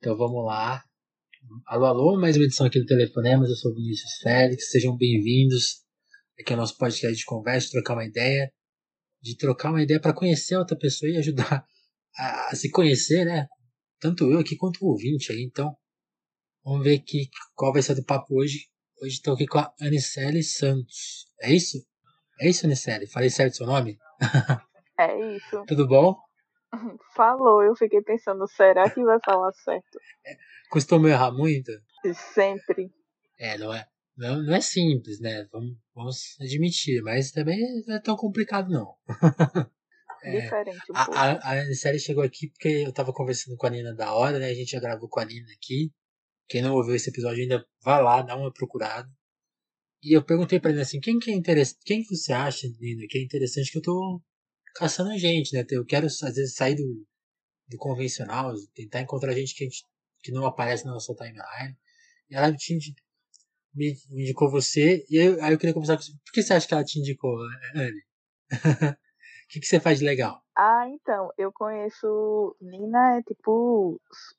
Então vamos lá. Alô, alô, mais uma edição aqui do Telefonemas. Eu sou o Vinícius Félix. Sejam bem-vindos aqui ao nosso podcast de conversa, de trocar uma ideia para conhecer a outra pessoa e ajudar a se conhecer, né? Tanto eu aqui quanto o ouvinte aí. Então, vamos ver aqui qual vai ser do papo hoje. Hoje estou aqui com a Anicele Santos. É isso? É isso, Anicele? Falei certo o seu nome? É isso. Tudo bom? Falou, eu fiquei pensando, será que vai falar certo? Costumo errar muito? Sempre. Não é, não é simples, né? Vamos admitir, mas também não é tão complicado, não. Diferente um A, pouco. a série chegou aqui porque eu tava conversando com a Nina da hora, né? A gente já gravou com a Nina aqui. Quem não ouviu esse episódio ainda vai lá, dá uma procurada. E eu perguntei pra Nina assim, quem que você acha, Nina, que é interessante que eu tô caçando gente, né? Eu quero, às vezes, sair do convencional, tentar encontrar gente que não aparece na nossa timeline. E ela me indicou você, aí eu queria conversar com você. Por que você acha que ela te indicou, Anne? O que você faz de legal? Ah, então, eu conheço. Nina é tipo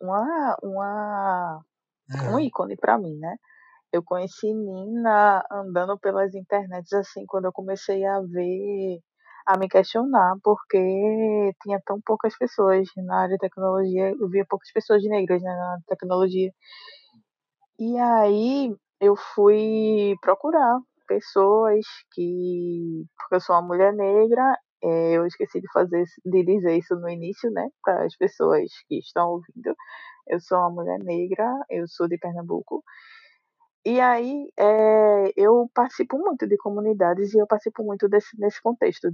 um Aham. ícone pra mim, né? Eu conheci Nina andando pelas internets assim, quando eu comecei a ver, a me questionar, porque tinha tão poucas pessoas na área de tecnologia, eu via poucas pessoas negras, né, na tecnologia. E aí eu fui procurar pessoas que, porque eu sou uma mulher negra, eu esqueci de dizer isso no início, né, para as pessoas que estão ouvindo. Eu sou uma mulher negra, eu sou de Pernambuco. E aí eu participo muito de comunidades e eu participo muito nesse contexto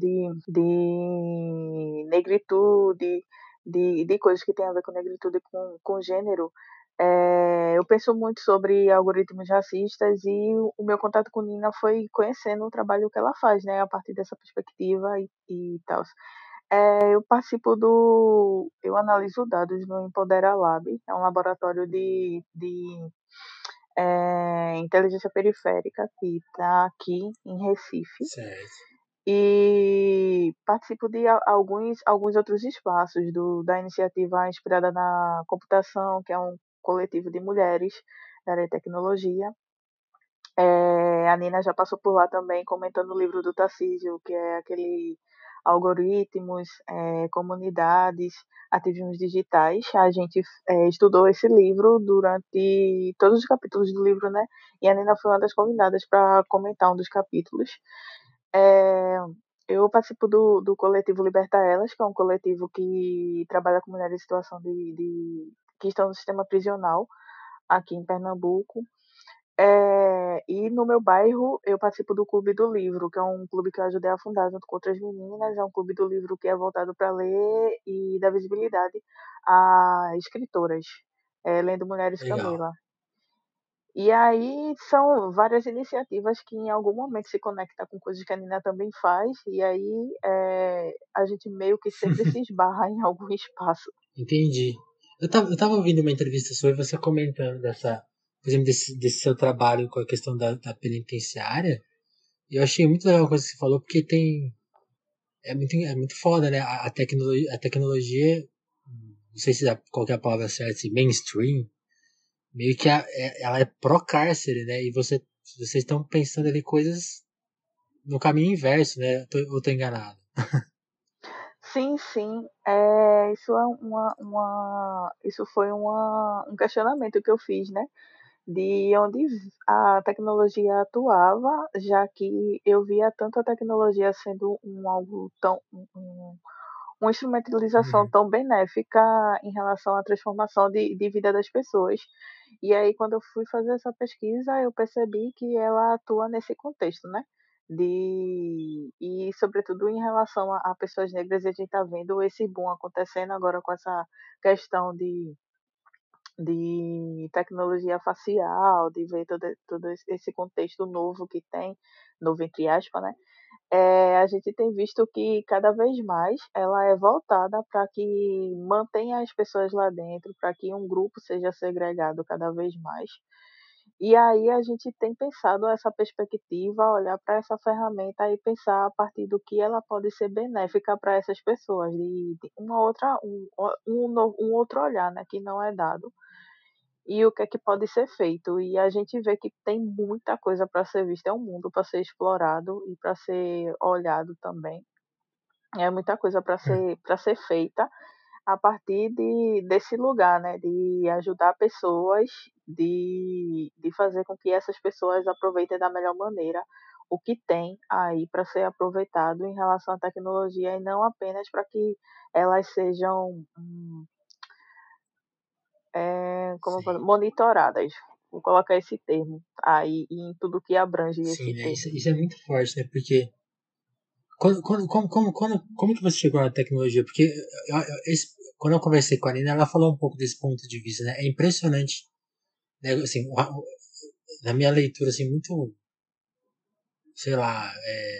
de negritude, de coisas que têm a ver com negritude, com gênero. Eu penso muito sobre algoritmos racistas e o meu contato com Nina foi conhecendo o trabalho que ela faz, né, a partir dessa perspectiva e tal. Eu analiso dados no Empodera Lab, é um laboratório de inteligência periférica que está aqui em Recife Certo. e participo de alguns outros espaços da iniciativa Inspirada na Computação, que é um coletivo de mulheres da área de tecnologia. A Nina já passou por lá também comentando o livro do Tarcísio, que é aquele algoritmos, comunidades, ativismos digitais. A gente estudou esse livro durante todos os capítulos do livro, né? E a Nina foi uma das convidadas para comentar um dos capítulos. É, eu participo do coletivo Liberta Elas, que é um coletivo que trabalha com mulheres em situação que estão no sistema prisional aqui em Pernambuco. E no meu bairro eu participo do Clube do Livro, que é um clube que eu ajudei a fundar junto com outras meninas. É um clube do livro que é voltado para ler e dar visibilidade a escritoras, Lendo Mulheres Legal. Camila. E aí são várias iniciativas que em algum momento se conectam com coisas que a Nina também faz, e aí a gente meio que sempre se esbarra em algum espaço. Entendi. Eu tava ouvindo uma entrevista sua e você comentando por exemplo, desse seu trabalho com a questão da penitenciária. E eu achei muito legal a coisa que você falou, porque é muito foda, né? A tecnologia, não sei se qual que é a palavra certa, assim, mainstream, meio que ela é pró-cárcere, né? E vocês estão pensando ali coisas no caminho inverso, né? Eu tô enganado. Sim, sim. Isso foi um questionamento que eu fiz, né? De onde a tecnologia atuava, já que eu via tanto a tecnologia sendo uma instrumentalização Uhum. tão benéfica em relação à transformação de vida das pessoas. E aí, quando eu fui fazer essa pesquisa, eu percebi que ela atua nesse contexto, né? E sobretudo em relação a pessoas negras, e a gente está vendo esse boom acontecendo agora com essa questão de tecnologia facial, de ver todo esse contexto novo que tem, novo entre aspas, né? A gente tem visto que cada vez mais ela é voltada para que mantenha as pessoas lá dentro, para que um grupo seja segregado cada vez mais. E aí a gente tem pensado essa perspectiva, olhar para essa ferramenta e pensar a partir do que ela pode ser benéfica para essas pessoas, de uma outra, um outro olhar, né, que não é dado. e o que é que pode ser feito. E a gente vê que tem muita coisa para ser vista, é um mundo para ser explorado e para ser olhado também. É muita coisa para ser feita a partir desse lugar, né, de ajudar pessoas, de fazer com que essas pessoas aproveitem da melhor maneira o que tem aí para ser aproveitado em relação à tecnologia e não apenas para que elas sejam, como eu Sim. monitoradas. Vou colocar esse termo aí em tudo que abrange Sim, esse né? termo. Isso é muito forte, né? Porque como que você chegou na tecnologia? Porque quando eu conversei com a Nina, ela falou um pouco desse ponto de vista, né? É impressionante, né? Assim, na minha leitura, assim, muito, sei lá,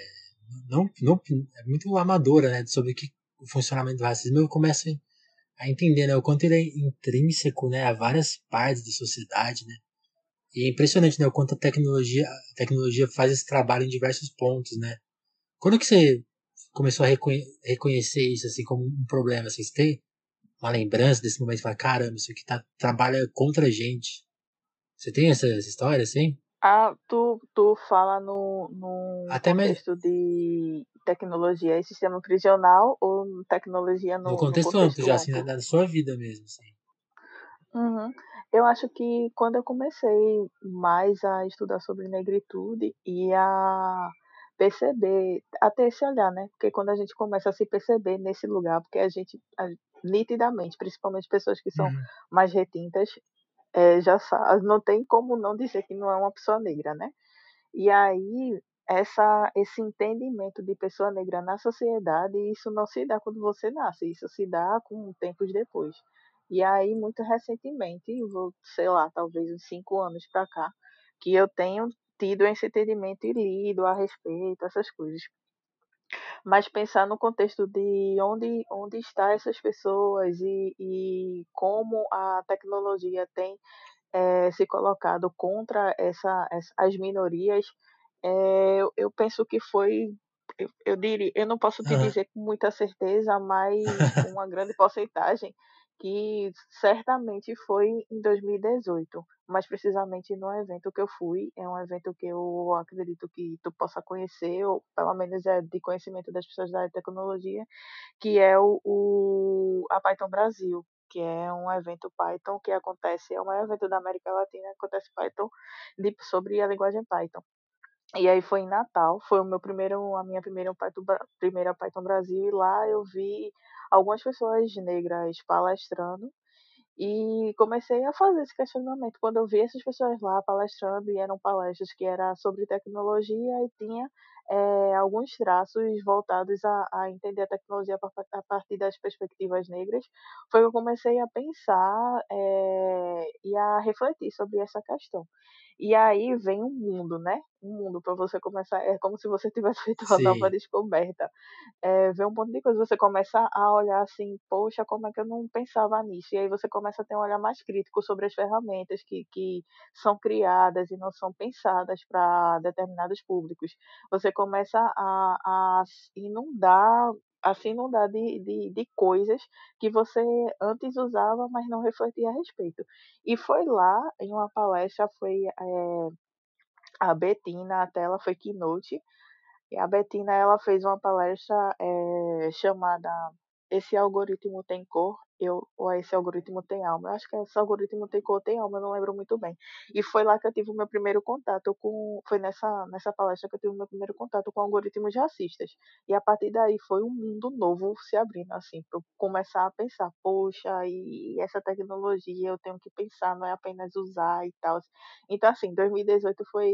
não, é muito amadora, né? Sobre o funcionamento do racismo. Eu começo a entender, né? O quanto ele é intrínseco, né? A várias partes da sociedade, né? E é impressionante, né? O quanto a tecnologia faz esse trabalho em diversos pontos, né? Quando que você começou a reconhecer isso assim como um problema? Assim, você tem uma lembrança desse momento e fala, caramba, isso aqui trabalha contra a gente. Você tem essa história, assim? Ah, tu fala no Até mais contexto de tecnologia e sistema prisional ou tecnologia no no contexto amplo, contexto já assim, amplo? na sua vida mesmo, assim. Uhum. Eu acho que quando eu comecei mais a estudar sobre negritude e a perceber, a ter esse olhar, né? Porque quando a gente começa a se perceber nesse lugar, porque nitidamente, principalmente pessoas que são Uhum. mais retintas, já não tem como não dizer que não é uma pessoa negra, né? E aí, esse entendimento de pessoa negra na sociedade, isso não se dá quando você nasce, isso se dá com tempos depois. E aí, muito recentemente, sei lá, talvez uns 5 anos para cá, que eu tenho tido esse entendimento e lido a respeito, essas coisas. Mas pensar no contexto de onde estão essas pessoas e como a tecnologia tem se colocado contra as minorias, eu penso que foi, eu diria, eu não posso te Aham. dizer com muita certeza, mas com uma grande porcentagem, que certamente foi em 2018, mais precisamente no evento que eu fui, é um evento que eu acredito que tu possa conhecer, ou pelo menos é de conhecimento das pessoas da área de tecnologia, que é a Python Brasil, que é um evento Python que acontece, é um evento da América Latina que acontece Python, sobre a linguagem Python. E aí foi em Natal, foi a minha primeira Python Brasil, e lá eu vi algumas pessoas negras palestrando, e comecei a fazer esse questionamento. Quando eu vi essas pessoas lá palestrando, e eram palestras que era sobre tecnologia e tinha alguns traços voltados a entender a tecnologia a partir das perspectivas negras, foi que eu comecei a pensar e a refletir sobre essa questão. E aí vem um mundo, né? Um mundo para você começar. É como se você tivesse feito uma nova Sim, descoberta, vê um monte de coisa, você começa a olhar assim, poxa, como é que eu não pensava nisso? E aí você começa a ter um olhar mais crítico sobre as ferramentas que são criadas e não são pensadas para determinados públicos. Você começa a inundar, a se inundar de coisas que você antes usava, mas não refletia a respeito. E foi lá, em uma palestra, foi a Betina, até ela foi keynote, e a Betina, ela fez uma palestra chamada Esse Algoritmo Tem Cor, ou Esse Algoritmo Tem Alma. Eu acho que Esse Algoritmo Tem Cor, Tem Alma, eu não lembro muito bem. E foi lá que eu tive o meu primeiro contato foi nessa palestra que eu tive o meu primeiro contato com algoritmos racistas. E a partir daí foi um mundo novo se abrindo, assim, para eu começar a pensar, poxa, e essa tecnologia eu tenho que pensar, não é apenas usar e tal. Então, assim, 2018 foi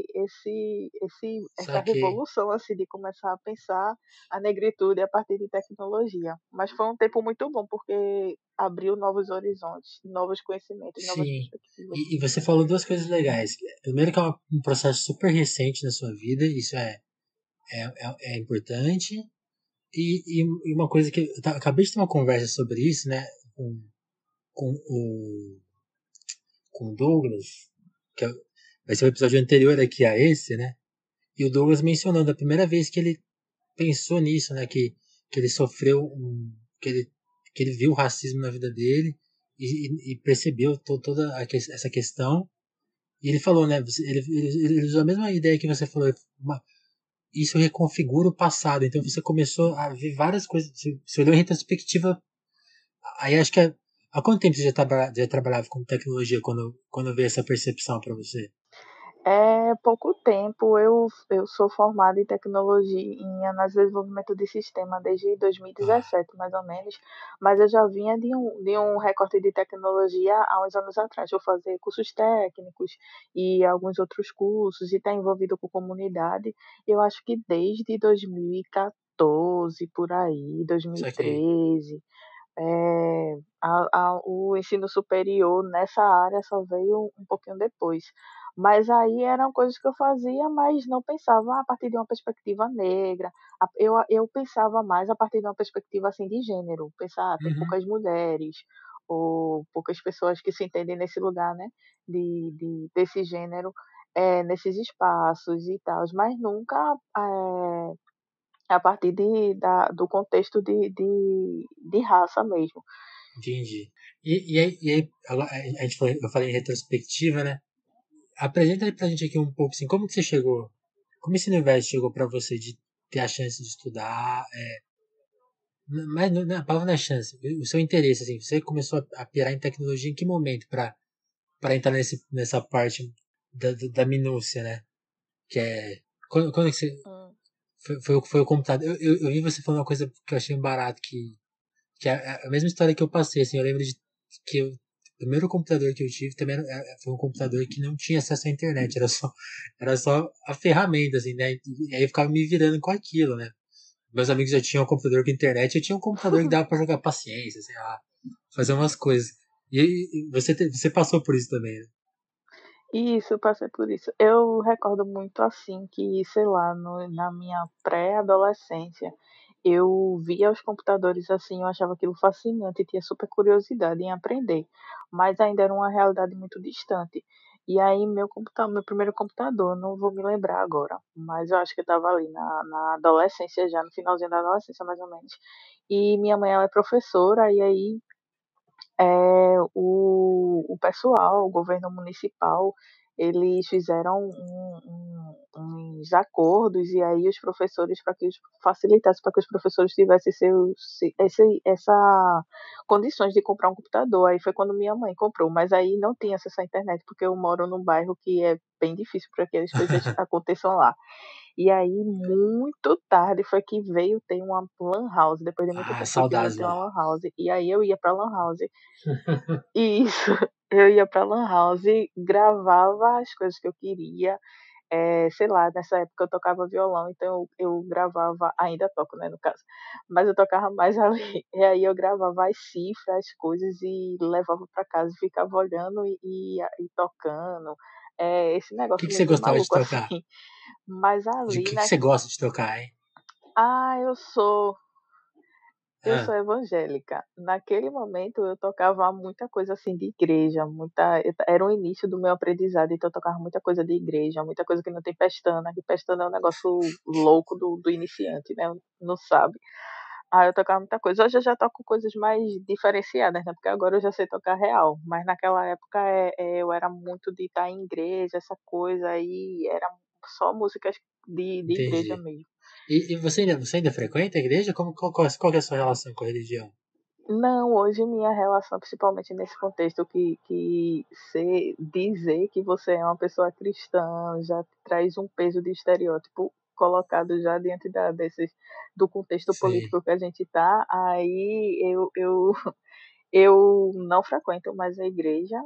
essa saquei. revolução, assim, de começar a pensar a negritude a partir de tecnologia. Mas foi um tempo muito bom, porque abriu novos horizontes, novos conhecimentos, novas Sim. perspectivas. E você falou duas coisas legais. Primeiro que é um processo super recente na sua vida, isso é importante. E uma coisa que acabei de ter uma conversa sobre isso, né, com, com com o Douglas, que vai ser o episódio anterior aqui a esse, né? E o Douglas mencionando a primeira vez que ele pensou nisso, né? Que ele sofreu que ele viu o racismo na vida dele e percebeu toda essa questão. E ele falou, né? Ele usou a mesma ideia que você falou. Isso reconfigura o passado. Então você começou a ver várias coisas. Você olhou em retrospectiva. Aí acho que há quanto tempo você já trabalhava com tecnologia quando veio essa percepção para você? É pouco tempo. Eu sou formada em tecnologia, em análise e desenvolvimento de sistema desde Ah, 2017, mais ou menos, mas eu já vinha de um recorte de tecnologia há uns anos atrás. Eu fazia cursos técnicos e alguns outros cursos e está envolvido com comunidade. Eu acho que desde 2014, por aí, isso aqui. 2013, o ensino superior nessa área só veio um pouquinho depois. Mas aí eram coisas que eu fazia, mas não pensava a partir de uma perspectiva negra. Eu pensava mais a partir de uma perspectiva assim de gênero. Pensar, tem Uhum. poucas mulheres, ou poucas pessoas que se entendem nesse lugar, né? Desse gênero, nesses espaços e tal. Mas nunca a partir do contexto de raça mesmo. Entendi. E aí agora, eu falei em retrospectiva, né? Apresenta aí pra gente aqui um pouco assim, como que você chegou? Como esse universo chegou pra você de ter a chance de estudar? Mas a palavra não é chance, o seu interesse, assim, você começou a pirar em tecnologia em que momento pra entrar nessa parte da minúcia, né? Que é. Quando que você. Hum. Foi o computador. Eu vi você falando uma coisa que eu achei um barato, que é a mesma história que eu passei, assim, eu lembro de que o primeiro computador que eu tive também foi um computador que não tinha acesso à internet, era só a ferramenta, assim, né? E aí eu ficava me virando com aquilo, né? Meus amigos já tinham um computador com internet, eu tinha um computador que dava pra jogar paciência, sei lá, fazer umas coisas. E você passou por isso também, né? Isso, eu passei por isso. Eu recordo muito assim que, sei lá, na minha pré-adolescência, eu via os computadores assim, eu achava aquilo fascinante e tinha super curiosidade em aprender, mas ainda era uma realidade muito distante. E aí meu primeiro computador, não vou me lembrar agora, mas eu acho que eu estava ali na adolescência já, no finalzinho da adolescência mais ou menos. E minha mãe, ela é professora, e aí o pessoal, o governo municipal, eles fizeram uns acordos e aí os professores, para que facilitasse para que os professores tivessem essa condições de comprar um computador. Aí foi quando minha mãe comprou, mas aí não tinha acesso à internet, porque eu moro num bairro que é bem difícil para que as coisas aconteçam lá. E aí, muito tarde, foi que veio ter uma lan house. Depois de muito Ah, tempo foi que veio saudades ter uma lá. lan house. E aí eu ia pra lan house. E isso, eu ia pra lan house, gravava as coisas que eu queria. Sei lá, nessa época eu tocava violão, então eu gravava, ainda toco, né, no caso, mas eu tocava mais ali. E aí eu gravava as cifras, as coisas e levava para casa e ficava olhando e tocando. Esse O que, negócio que você muito gostava de maluco tocar? assim. Mas O ali que, que você gosta de tocar, hein? ah, eu sou Ah, evangélica. Naquele momento eu tocava muita coisa assim de igreja, era o início do meu aprendizado, então eu tocava muita coisa de igreja, muita coisa que não tem pestana, que pestana é um negócio louco do iniciante, né? Não sabe. Ah, eu tocava muita coisa. Hoje eu já toco coisas mais diferenciadas, né? Porque agora eu já sei tocar real. Mas naquela época eu era muito de estar em igreja, essa coisa aí, era só músicas de igreja entendi. mesmo. E você ainda frequenta a igreja? Qual que é a sua relação com a religião? Não, hoje minha relação, principalmente nesse contexto dizer que você é uma pessoa cristã já traz um peso de estereótipo colocado já diante do contexto Sei, político que a gente está, aí eu não frequento mais a igreja.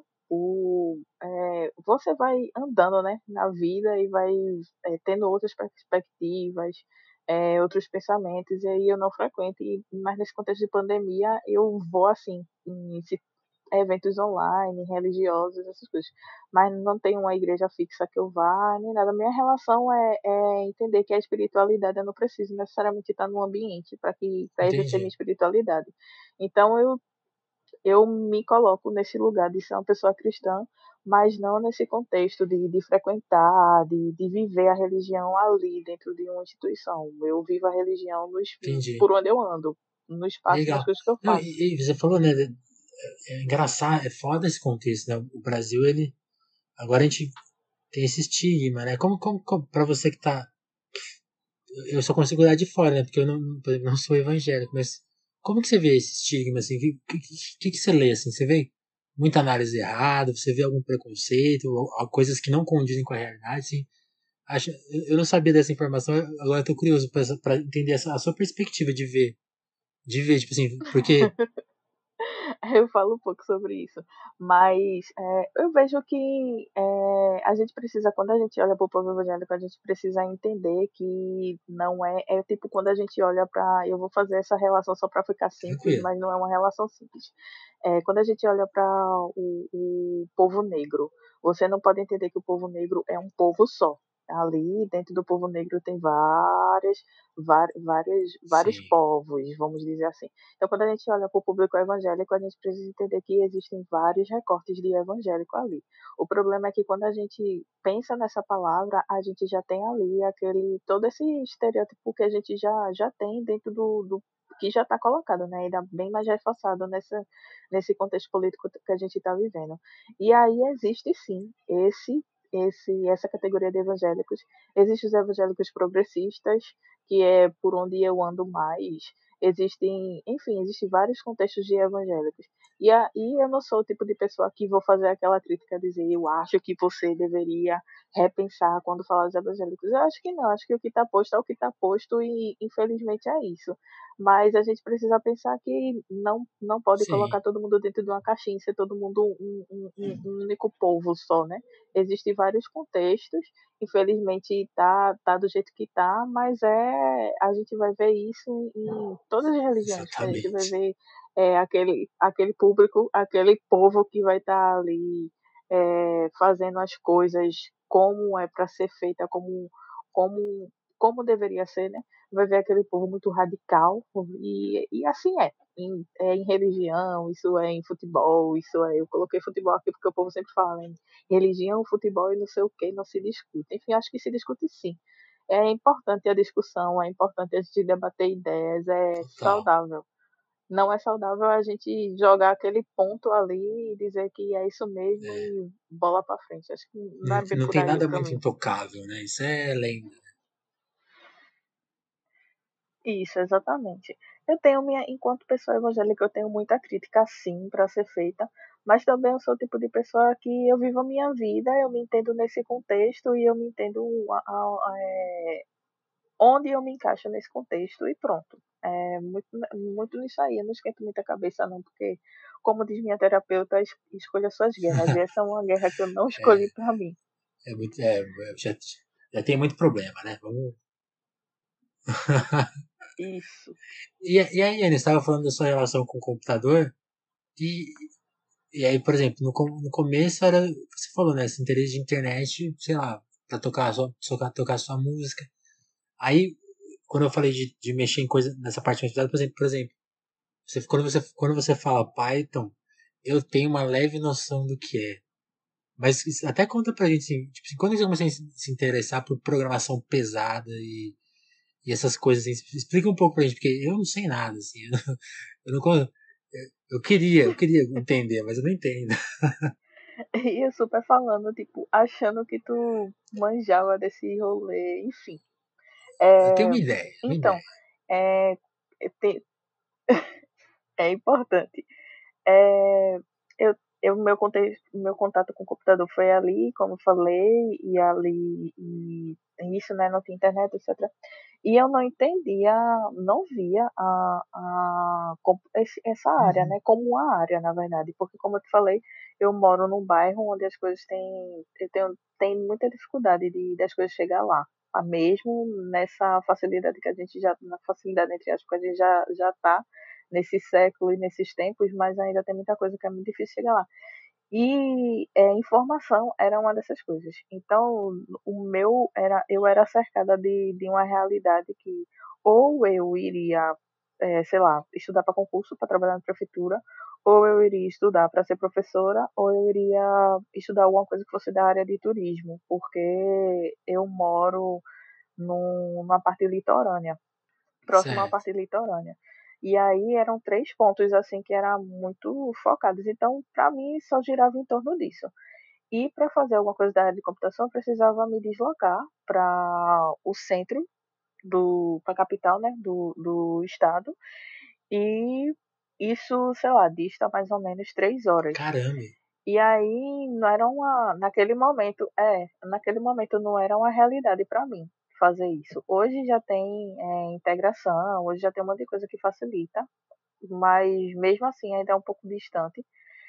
Você vai andando, né, na vida e vai tendo outras perspectivas, outros pensamentos, e aí eu não frequento. Mas nesse contexto de pandemia, eu vou assim, eventos online, religiosos, essas coisas. Mas não tem uma igreja fixa que eu vá, nem nada. Minha relação é entender que a espiritualidade eu não preciso necessariamente estar num ambiente para exercer minha entendi, espiritualidade. Então eu me coloco nesse lugar de ser uma pessoa cristã, mas não nesse contexto de frequentar, de viver a religião ali dentro de uma instituição. Eu vivo a religião entendi. por onde eu ando, no espaço, nas Legal. coisas que eu Não, faço. e você falou, né? é engraçado, é foda esse contexto, né? O Brasil, ele. Agora a gente tem esse estigma, né? Como pra você que tá. Eu só consigo olhar de fora, né? Porque eu não, por exemplo, não sou evangélico, mas como que você vê esse estigma, assim? O que você lê, assim? Você vê muita análise errada? Você vê algum preconceito? Ou coisas que não condizem com a realidade, assim? Eu não sabia dessa informação, agora eu tô curioso pra entender a sua perspectiva tipo assim, porque. Eu falo um pouco sobre isso, mas eu vejo que a gente precisa, quando a gente olha para o povo evangélico, a gente precisa entender que não é tipo quando a gente olha para, eu vou fazer essa relação só para ficar simples, Tranquilo. mas não é uma relação simples. Quando a gente olha para o povo negro, você não pode entender que o povo negro é um povo só. Ali dentro do povo negro tem vários Sim. povos, vamos dizer assim. Então, quando a gente olha para o público evangélico, a gente precisa entender que existem vários recortes de evangélico ali. O problema é que quando a gente pensa nessa palavra, a gente já tem ali todo esse estereótipo que a gente já tem dentro do que já está colocado, né? Ainda bem mais reforçado nesse contexto político que a gente está vivendo. E aí existe sim essa categoria de evangélicos. Existem os evangélicos progressistas, que é por onde eu ando mais. Existem vários contextos de evangélicos. E eu não sou o tipo de pessoa que vou fazer aquela crítica, dizer, eu acho que você deveria repensar quando falar dos evangélicos. Eu acho que não, acho que o que está posto é o que está posto e infelizmente é isso. Mas a gente precisa pensar que não pode colocar Sim. todo mundo dentro de uma caixinha, ser todo mundo um único povo só, né? Existem vários contextos, infelizmente tá do jeito que tá, mas a gente vai ver isso em todas as religiões, que a gente vai Exatamente. ver aquele público, aquele povo que vai estar ali fazendo as coisas como é para ser feita, como, como deveria ser, né? Vai ver aquele povo muito radical, e assim é em religião, isso é em futebol, eu coloquei futebol aqui porque o povo sempre fala, né? Religião, futebol e não sei o que não se discute. Enfim, acho que se discute sim. É importante a discussão, é importante a gente debater ideias, é Total. saudável. Não é saudável a gente jogar aquele ponto ali e dizer que é isso mesmo É. e bola para frente. Acho que não Não, é bem não por tem aí o nada muito caminho. intocável, né? Isso é lenda. Isso, exatamente. Enquanto pessoa evangélica, eu tenho muita crítica, sim, para ser feita, mas também eu sou o tipo de pessoa que eu vivo a minha vida, eu me entendo nesse contexto e eu me entendo onde eu me encaixo nesse contexto e pronto. É muito nisso aí, eu não esquento muita cabeça não, porque, como diz minha terapeuta, escolha suas guerras, e essa é uma guerra que eu não escolhi É, para mim. é muito. Já tem muito problema, né? Vamos. Isso. E aí, Ana, você estava falando da sua relação com o computador, e, e aí, por exemplo, no começo era. Você falou, né? Esse interesse de internet, sei lá, pra tocar sua música. Aí, quando eu falei de mexer em coisa nessa parte mais pesada, por exemplo, quando você fala Python, eu tenho uma leve noção do que é. Mas até conta pra gente, assim, tipo, assim, quando você começou a se interessar por programação pesada e essas coisas, assim, explica um pouco pra gente, porque eu não sei nada, assim, eu não, eu queria entender, mas eu não entendo. E eu super falando, tipo, achando que tu manjava desse rolê, enfim. Eu tenho É, uma então, ideia. é, te- é importante. É, eu, meu contato com o computador foi ali, como eu falei, e isso, né, não tinha internet, etc. E eu não entendia, não via essa área, Uhum. né, como uma área, na verdade, porque como eu te falei, eu moro num bairro onde as coisas tem muita dificuldade das coisas chegar lá. Mesmo nessa facilidade que a gente já, na facilidade entre aspas, que a gente já tá nesse século e nesses tempos, mas ainda tem muita coisa que é muito difícil chegar lá. E informação era uma dessas coisas. Então, eu era cercada de uma realidade que ou eu iria, sei lá, estudar para concurso, para trabalhar na prefeitura, ou eu iria estudar para ser professora, ou eu iria estudar alguma coisa que fosse da área de turismo, porque eu moro numa parte litorânea, próxima à Certo. parte litorânea. E aí eram 3 pontos, assim, que eram muito focados. Então, para mim, só girava em torno disso. E para fazer alguma coisa da área de computação, eu precisava me deslocar para o centro para a capital, né, do estado. E isso, sei lá, dista mais ou menos 3 horas. Caramba. E aí não era naquele momento não era uma realidade para mim fazer isso. Hoje já tem integração, hoje já tem um monte de coisa que facilita, mas mesmo assim ainda é um pouco distante.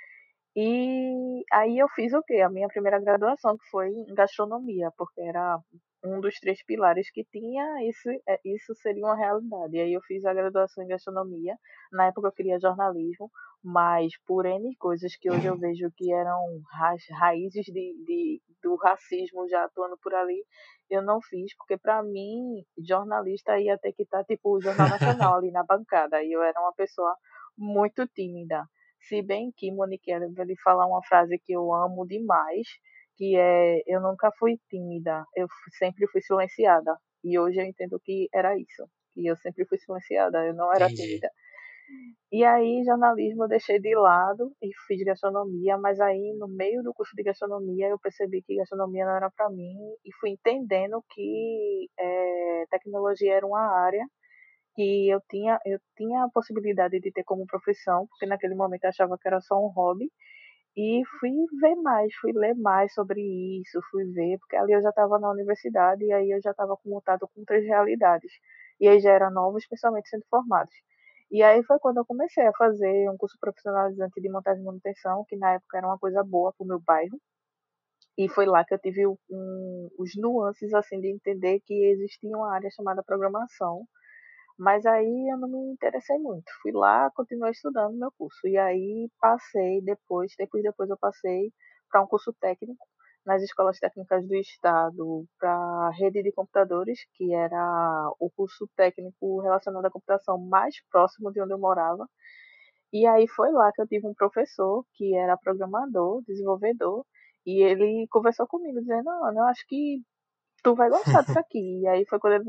E aí eu fiz o quê? A minha primeira graduação, que foi em gastronomia, porque era um dos 3 pilares que tinha, isso seria uma realidade. E aí eu fiz a graduação em gastronomia. Na época eu queria jornalismo, mas por N coisas que hoje eu vejo que eram raízes do racismo já atuando por ali, eu não fiz, porque para mim, jornalista ia ter que estar tipo o Jornal Nacional ali na bancada. E eu era uma pessoa muito tímida. Se bem que Monique vai lhe falar uma frase que eu amo demais, que é: eu nunca fui tímida, sempre fui silenciada. E hoje eu entendo que era isso, que eu sempre fui silenciada, eu não era Entendi. tímida. E aí, jornalismo eu deixei de lado e fiz gastronomia, mas aí no meio do curso de gastronomia eu percebi que gastronomia não era para mim e fui entendendo que tecnologia era uma área que eu tinha a possibilidade de ter como profissão, porque naquele momento eu achava que era só um hobby, e fui ver mais, fui ler mais sobre isso, fui ver, porque ali eu já estava na universidade e aí eu já estava com contato com 3 realidades, e aí já eram novos pensamentos sendo formados. E aí foi quando eu comecei a fazer um curso profissionalizante de montagem e manutenção, que na época era uma coisa boa para o meu bairro, e foi lá que eu tive os nuances assim de entender que existia uma área chamada programação, mas aí eu não me interessei muito. Fui lá, continuei estudando meu curso. E aí passei tempos depois eu passei para um curso técnico nas escolas técnicas do estado para rede de computadores, que era o curso técnico relacionado à computação mais próximo de onde eu morava. E aí foi lá que eu tive um professor que era programador, desenvolvedor, e ele conversou comigo dizendo: "Ana, eu acho que tu vai gostar disso aqui". E aí foi quando ele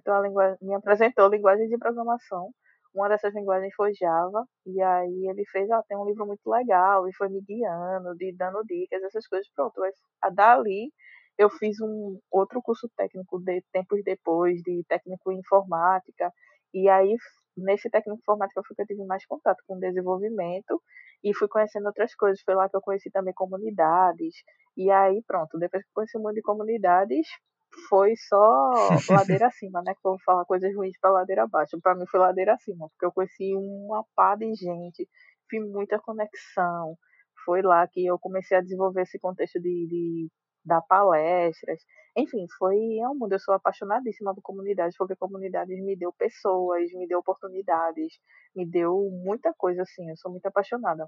me apresentou a linguagem de programação. Uma dessas linguagens foi Java, e aí ele fez, tem um livro muito legal, e foi me guiando, dando dicas, essas coisas, pronto. Dali eu fiz um outro curso técnico tempos depois, de técnico em informática, e aí nesse técnico em informática foi que eu tive mais contato com desenvolvimento, e fui conhecendo outras coisas. Foi lá que eu conheci também comunidades, e aí pronto, depois que eu conheci um monte de comunidades, foi só ladeira acima, né? Que eu vou falar coisas ruins para ladeira abaixo. Para mim foi ladeira acima, porque eu conheci uma pá de gente, fiz muita conexão. Foi lá que eu comecei a desenvolver esse contexto de dar palestras. Enfim, é um mundo. Eu sou apaixonadíssima por comunidades, porque comunidades me deu pessoas, me deu oportunidades, me deu muita coisa assim. Eu sou muito apaixonada.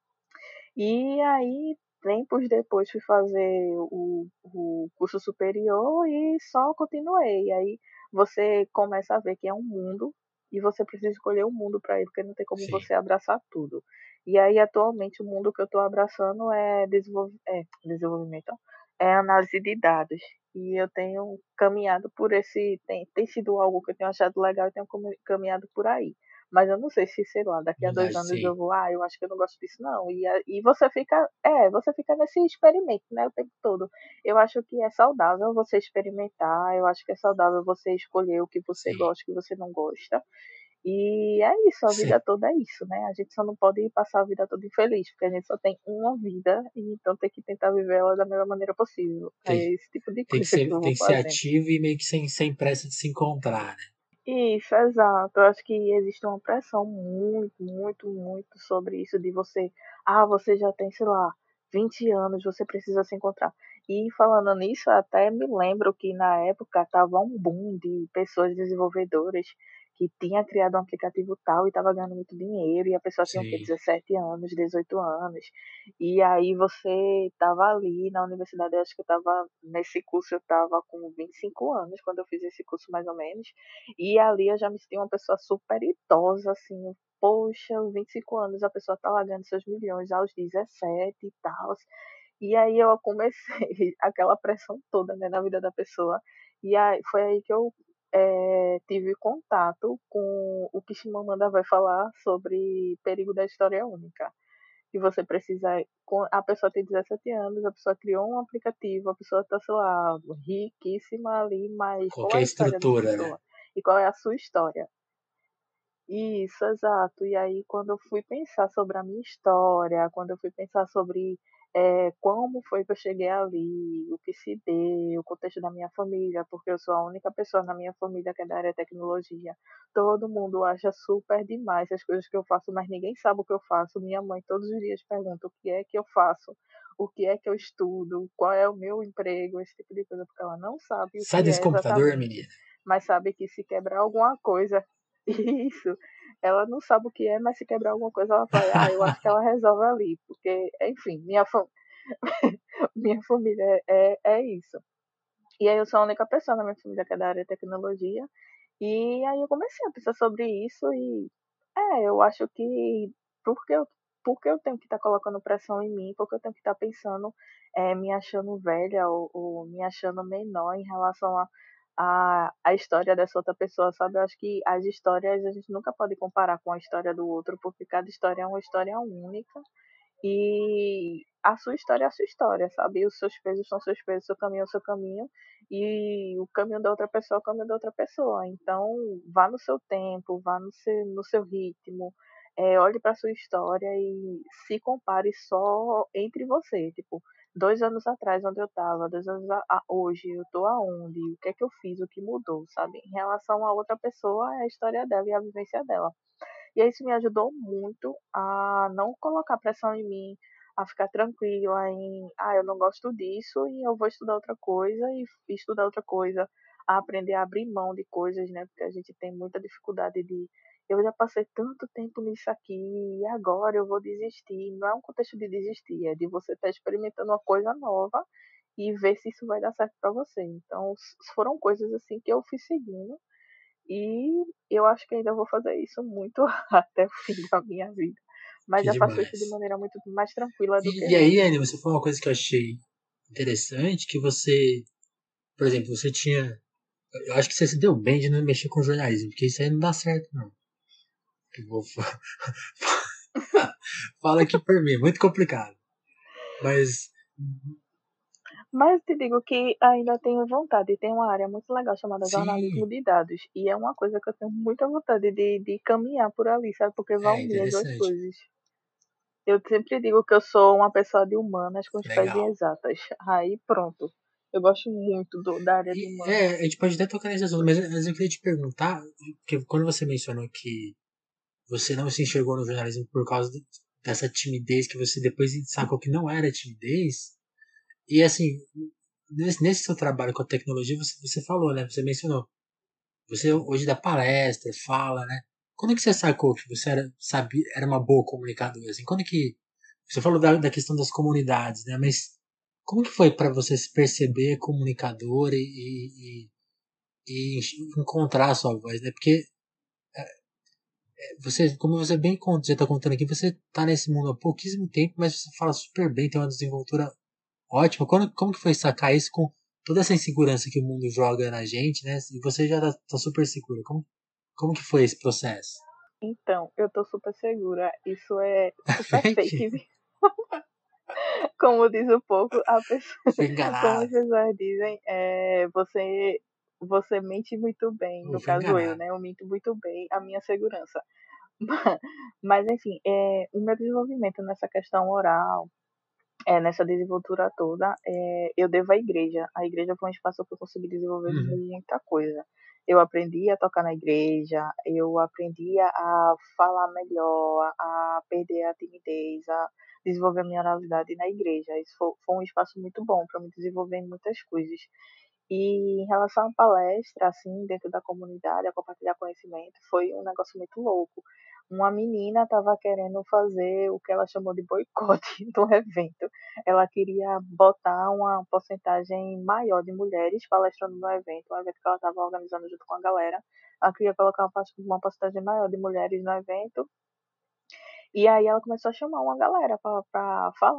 E aí, tempos depois, fui fazer o curso superior e só continuei. E aí você começa a ver que é um mundo e você precisa escolher um mundo para ir, porque não tem como Sim. você abraçar tudo. E aí, atualmente, o mundo que eu estou abraçando é desenvolvimento, é análise de dados. E eu tenho caminhado por tem sido algo que eu tenho achado legal e tenho caminhado por aí. Mas eu não sei se, sei lá, daqui a Mudar 2 anos sim. eu acho que eu não gosto disso, não. E você fica nesse experimento, né, o tempo todo. Eu acho que é saudável você experimentar, eu acho que é saudável você escolher o que você Sim. gosta, o que você não gosta. E é isso, a vida Sim. toda é isso, né? A gente só não pode passar a vida toda infeliz, porque a gente só tem uma vida, e então tem que tentar viver ela da melhor maneira possível. Aí Tem, é esse tipo de coisa que eu tem vou que ser fazendo. ativo e meio que sem pressa de se encontrar, né? Isso, exato. Eu acho que existe uma pressão muito, muito, muito sobre isso de você já tem, sei lá, 20 anos, você precisa se encontrar. E falando nisso, até me lembro que na época tava um boom de pessoas desenvolvedoras que tinha criado um aplicativo tal e estava ganhando muito dinheiro, e a pessoa tinha o quê? Sim. 17 anos, 18 anos. E aí você estava ali na universidade, eu acho que eu estava nesse curso, eu estava com 25 anos quando eu fiz esse curso mais ou menos. E ali eu já me senti uma pessoa super idosa, assim, poxa, 25 anos, a pessoa tá lá ganhando seus milhões aos 17 e tal. E aí eu comecei aquela pressão toda, né, na vida da pessoa. E aí foi aí que eu tive contato com o que Chimamanda vai falar sobre perigo da história única. Que você precisa. A pessoa tem 17 anos, a pessoa criou um aplicativo, a pessoa está, sei lá, riquíssima ali, mas qual é Qualquer a história dessa estrutura, né? pessoa? E qual é a sua história? Isso, exato. E aí, quando eu fui pensar sobre a minha história, quando eu fui pensar sobre como foi que eu cheguei ali, o que se deu, o contexto da minha família, porque eu sou a única pessoa na minha família que é da área de tecnologia. Todo mundo acha super demais as coisas que eu faço, mas ninguém sabe o que eu faço. Minha mãe todos os dias pergunta o que é que eu faço, o que é que eu estudo, qual é o meu emprego, esse tipo de coisa, porque ela não sabe o Sai que desse é computador, exatamente, menina. mas sabe que se quebrar alguma coisa, isso, ela não sabe o que é, mas se quebrar alguma coisa, ela vai, eu acho que ela resolve ali, porque, enfim, minha família é isso. E aí eu sou a única pessoa na minha família que é da área de tecnologia, e aí eu comecei a pensar sobre isso e, eu acho que porque eu, porque eu tenho que estar colocando pressão em mim, porque eu tenho que estar pensando, me achando velha ou me achando menor em relação a história dessa outra pessoa, sabe? Eu acho que as histórias a gente nunca pode comparar com a história do outro, porque cada história é uma história única e a sua história é a sua história, sabe? Os seus pesos são seus pesos, o seu caminho é o seu caminho, e o caminho da outra pessoa é o caminho da outra pessoa. Então, vá no seu tempo, vá no seu ritmo, olhe para sua história e se compare só entre você. Tipo, 2 anos atrás, onde eu estava, 2 anos hoje, eu estou aonde, o que é que eu fiz, o que mudou, sabe? Em relação a outra pessoa, é a história dela e a vivência dela. E aí isso me ajudou muito a não colocar pressão em mim, a ficar tranquila em, eu não gosto disso e eu vou estudar outra coisa e estudar outra coisa, a aprender a abrir mão de coisas, né? Porque a gente tem muita dificuldade de, eu já passei tanto tempo nisso aqui e agora eu vou desistir. Não é um contexto de desistir, é de você estar experimentando uma coisa nova e ver se isso vai dar certo para você. Então, foram coisas assim que eu fui seguindo e eu acho que ainda vou fazer isso muito até o fim da minha vida. Mas Que eu faço isso de demais. maneira muito mais tranquila do que E aí, antes. Anny, você falou uma coisa que eu achei interessante, que você, por exemplo, você tinha. Eu acho que você se deu bem de não mexer com jornalismo, porque isso aí não dá certo, não. Eu vou fala aqui por mim, é muito complicado. Mas. Mas te digo que ainda tenho vontade. Tem uma área muito legal chamada Sim, jornalismo de dados. E é uma coisa que eu tenho muita vontade de caminhar por ali, sabe? Porque vai é unir as duas interessante. coisas. Eu sempre digo que eu sou uma pessoa de humanas com os pés em Legal. exatas. Aí pronto. Eu gosto muito da área de humanas. A gente pode até tocar nesse assunto, mas eu queria te perguntar, porque quando você mencionou que você não se enxergou no jornalismo por causa dessa timidez que você depois sacou que não era timidez, e assim, nesse seu trabalho com a tecnologia, você falou, né? Você mencionou. Você hoje dá palestra, fala, né? Quando que você sacou que você era uma boa comunicadora? Assim, quando que. Você falou da questão das comunidades, né? Mas como que foi para você se perceber comunicador e encontrar a sua voz, né? Porque você, como você bem já está contando aqui, você está nesse mundo há pouquíssimo tempo, mas você fala super bem, tem uma desenvoltura ótima. Como que foi sacar isso com toda essa insegurança que o mundo joga na gente, né? E você já tá super segura. Como que foi esse processo? Então, eu tô super segura. Isso é super fake, Fake. viu? Como diz o povo, Fui como as enganado. pessoas dizem, você mente muito bem, Eu no fui caso eu, enganado. né? Eu minto muito bem a minha segurança. Mas, enfim, o meu desenvolvimento nessa questão oral, nessa desenvoltura toda, eu devo à igreja. A igreja foi um espaço que eu consegui desenvolver Uhum. muita coisa. Eu aprendi a tocar na igreja, eu aprendi a falar melhor, a perder a timidez, a desenvolver a minha oralidade na igreja. Isso foi um espaço muito bom para me desenvolver em muitas coisas. E em relação à palestra, assim, dentro da comunidade, a compartilhar conhecimento, foi um negócio muito louco. Uma menina estava querendo fazer o que ela chamou de boicote do evento. Ela queria botar uma porcentagem maior de mulheres palestrando no evento, um evento que ela estava organizando junto com a galera. Ela queria colocar uma porcentagem maior de mulheres no evento. E aí ela começou a chamar uma galera para falar.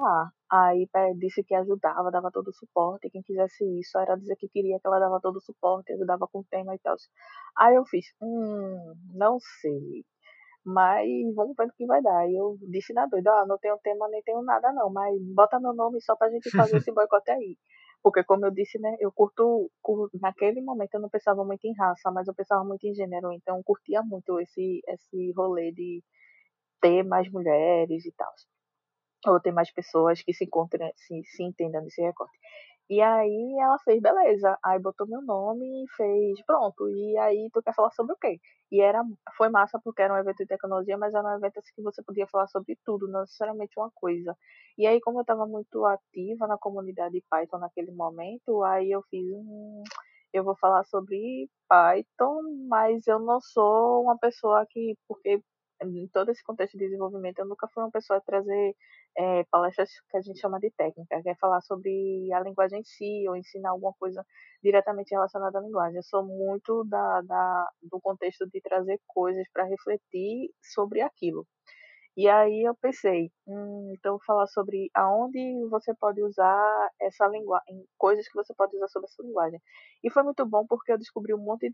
Aí disse que ajudava, dava todo o suporte, e quem quisesse isso era dizer que queria que ela dava todo o suporte, ajudava com o tema e tal. Aí eu fiz, não sei, mas vamos ver o que vai dar. Aí eu disse na doida, não tenho tema nem tenho nada não, mas bota meu nome só pra gente fazer esse boicote aí. Porque como eu disse, né, eu naquele momento eu não pensava muito em raça, mas eu pensava muito em gênero, então eu curtia muito esse rolê de ter mais mulheres e tal. Ou ter mais pessoas que se encontrem, se entendam nesse recorte. E aí ela fez, beleza. Aí botou meu nome e fez, pronto. E aí tu quer falar sobre o quê? E foi massa porque era um evento de tecnologia, mas era um evento assim, que você podia falar sobre tudo, não necessariamente uma coisa. E aí, como eu estava muito ativa na comunidade Python naquele momento, aí eu fiz eu vou falar sobre Python, mas eu não sou uma pessoa porque em todo esse contexto de desenvolvimento, eu nunca fui uma pessoa a trazer palestras que a gente chama de técnica, que é falar sobre a linguagem em si, ou ensinar alguma coisa diretamente relacionada à linguagem. Eu sou muito do contexto de trazer coisas para refletir sobre aquilo. E aí eu pensei, então falar sobre aonde você pode usar essa linguagem, coisas que você pode usar sobre essa linguagem. E foi muito bom porque eu descobri um monte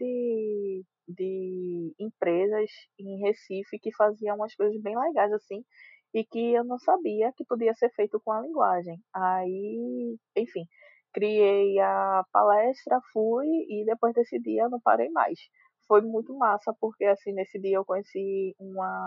de empresas em Recife que faziam umas coisas bem legais assim, e que eu não sabia que podia ser feito com a linguagem. Aí, enfim, criei a palestra, fui e depois desse dia eu não parei mais. Foi muito massa porque assim nesse dia eu conheci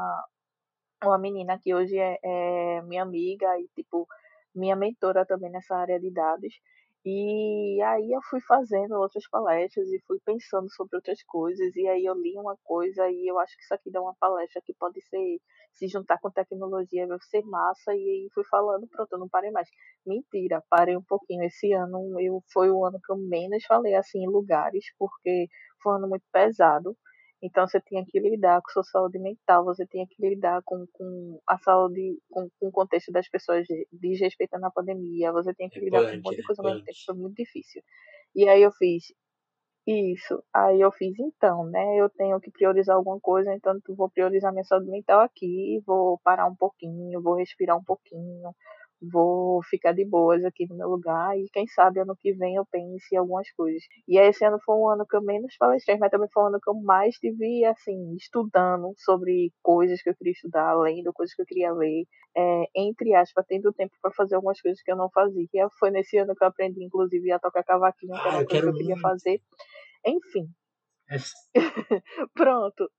uma menina que hoje é minha amiga e, tipo, minha mentora também nessa área de dados. E aí eu fui fazendo outras palestras e fui pensando sobre outras coisas. E aí eu li uma coisa e eu acho que isso aqui dá uma palestra que pode ser, se juntar com tecnologia, vai ser massa. E aí fui falando, pronto, eu não parei mais. Mentira, parei um pouquinho. Esse ano foi o ano que eu menos falei assim em lugares, porque foi um ano muito pesado. Então você tinha que lidar com sua saúde mental, você tinha que lidar com a saúde, com o contexto das pessoas desrespeitando a pandemia, você tinha que É lidar com um punk, monte de né? coisa ao mesmo tempo, Punk. foi muito difícil. E aí eu fiz isso, aí eu fiz então, né? Eu tenho que priorizar alguma coisa, então eu vou priorizar minha saúde mental aqui, vou parar um pouquinho, vou respirar um pouquinho, vou ficar de boas aqui no meu lugar e quem sabe ano que vem eu pense em algumas coisas. E aí esse ano foi um ano que eu menos palestrei, mas também foi um ano que eu mais tive, assim, estudando sobre coisas que eu queria estudar, lendo coisas que eu queria ler, entre aspas, tendo tempo para fazer algumas coisas que eu não fazia. E foi nesse ano que eu aprendi, inclusive, a tocar cavaquinho, que era Ah, uma eu coisa que quero eu queria muito. fazer. Enfim, É, pronto.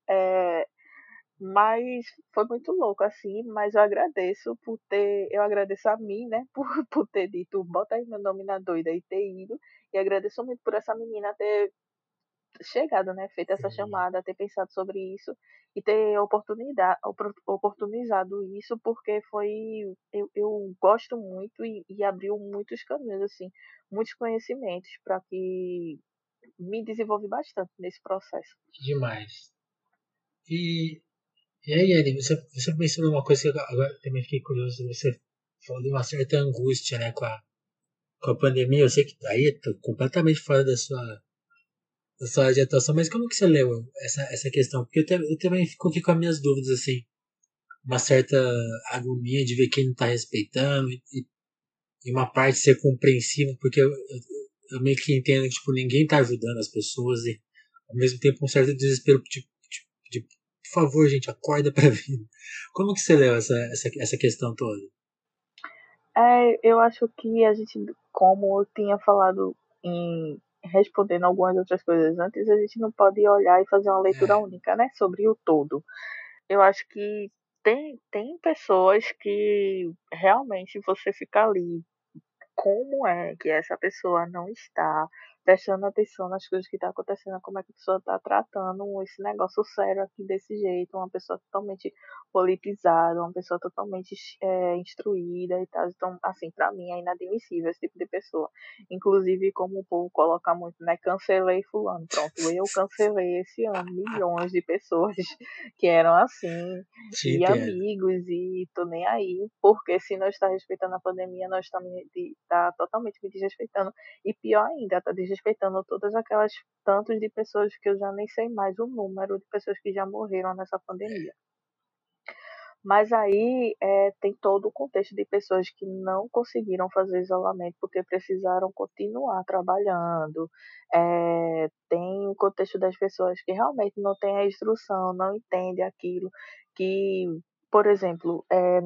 Mas foi muito louco, assim, mas eu agradeço eu agradeço a mim, né, por ter dito, bota aí meu nome na doida e ter ido, e agradeço muito por essa menina ter chegado, né, feito essa sim, chamada, ter pensado sobre isso e ter oportunizado isso, porque eu gosto muito e abriu muitos caminhos, assim, muitos conhecimentos para que me desenvolvi bastante nesse processo. demais. E, e aí, Anny, você mencionou uma coisa que eu agora também fiquei curioso. Você falou de uma certa angústia, né, com a pandemia. Eu sei que aí tá completamente fora da sua área de atuação, mas como que você leu essa questão? Porque eu também fico aqui com as minhas dúvidas, assim, uma certa agonia de ver quem não está respeitando e uma parte ser compreensiva, porque eu meio que entendo que tipo, ninguém está ajudando as pessoas e ao mesmo tempo um certo desespero de por favor, gente, acorda pra vida. Como que você leu essa questão toda? Eu acho que a gente, como eu tinha falado em respondendo algumas outras coisas antes, a gente não pode olhar e fazer uma leitura É, única, né, sobre o todo. Eu acho que tem pessoas que realmente você fica ali como é que essa pessoa não está prestando atenção nas coisas que está acontecendo, como é que a pessoa está tratando esse negócio sério aqui desse jeito, uma pessoa totalmente politizada, uma pessoa totalmente instruída e tal. Então, assim, para mim é inadmissível esse tipo de pessoa. Inclusive, como o povo coloca muito, né? Cancelei fulano. Pronto, eu cancelei esse ano milhões de pessoas que eram assim, te e entendo. amigos, e tô nem aí, porque se não está respeitando a pandemia, nós tá totalmente me desrespeitando. E pior ainda, tá desrespeitando todas aquelas tantos de pessoas que eu já nem sei mais o número de pessoas que já morreram nessa pandemia. Mas aí tem todo o contexto de pessoas que não conseguiram fazer isolamento porque precisaram continuar trabalhando. Tem o contexto das pessoas que realmente não têm a instrução, não entendem aquilo, que, por exemplo,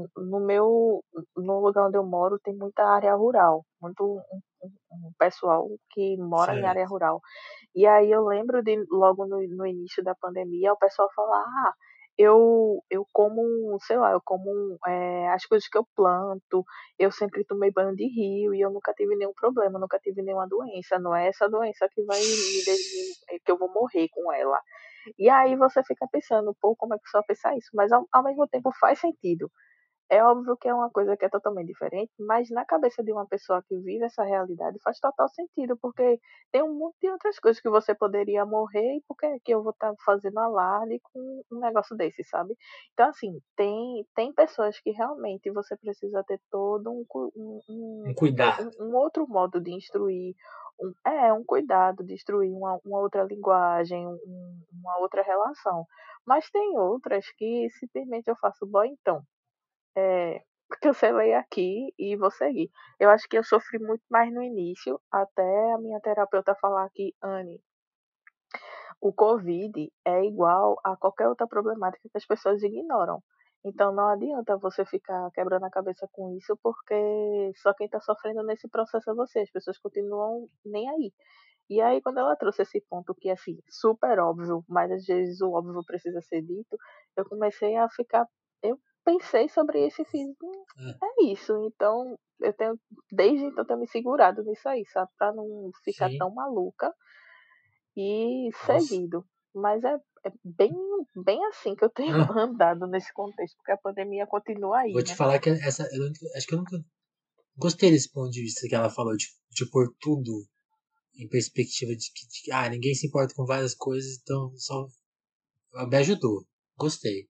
no lugar onde eu moro tem muita área rural, muito um pessoal que mora em área Certo. rural. E aí eu lembro de logo no início da pandemia o pessoal falar, eu como, sei lá, eu como as coisas que eu planto, eu sempre tomei banho de rio e eu nunca tive nenhum problema, nunca tive nenhuma doença, não é essa doença que que eu vou morrer com ela. E aí você fica pensando, pô, como é que só pensar isso? Mas ao mesmo tempo faz sentido. É óbvio que é uma coisa que é totalmente diferente, mas na cabeça de uma pessoa que vive essa realidade faz total sentido, porque tem um monte de outras coisas que você poderia morrer e por que que eu vou estar fazendo alarde com um negócio desse, sabe? Então, assim, tem pessoas que realmente você precisa ter todo Um cuidado. um outro modo de instruir, um cuidado de instruir uma outra linguagem, uma outra relação. Mas tem outras que simplesmente eu faço, bom, então cancelei aqui e vou seguir. Eu acho que eu sofri muito mais no início, até a minha terapeuta falar que, Anne, o Covid é igual a qualquer outra problemática que as pessoas ignoram. Então não adianta você ficar quebrando a cabeça com isso, porque só quem está sofrendo nesse processo é você. As pessoas continuam nem aí. E aí, quando ela trouxe esse ponto que é assim, super óbvio, mas às vezes o óbvio precisa ser dito, eu comecei a ficar. Eu pensei sobre isso e fiz, É, é isso. Então, desde então, tenho me segurado nisso aí, sabe? Pra não ficar sim. tão maluca e Nossa. seguido. Mas é bem assim que eu tenho Ah, andado nesse contexto, porque a pandemia continua aí, vou te né? falar que acho que eu nunca gostei desse ponto de vista que ela falou, de pôr tudo em perspectiva de ninguém se importa com várias coisas, então só me ajudou. Gostei.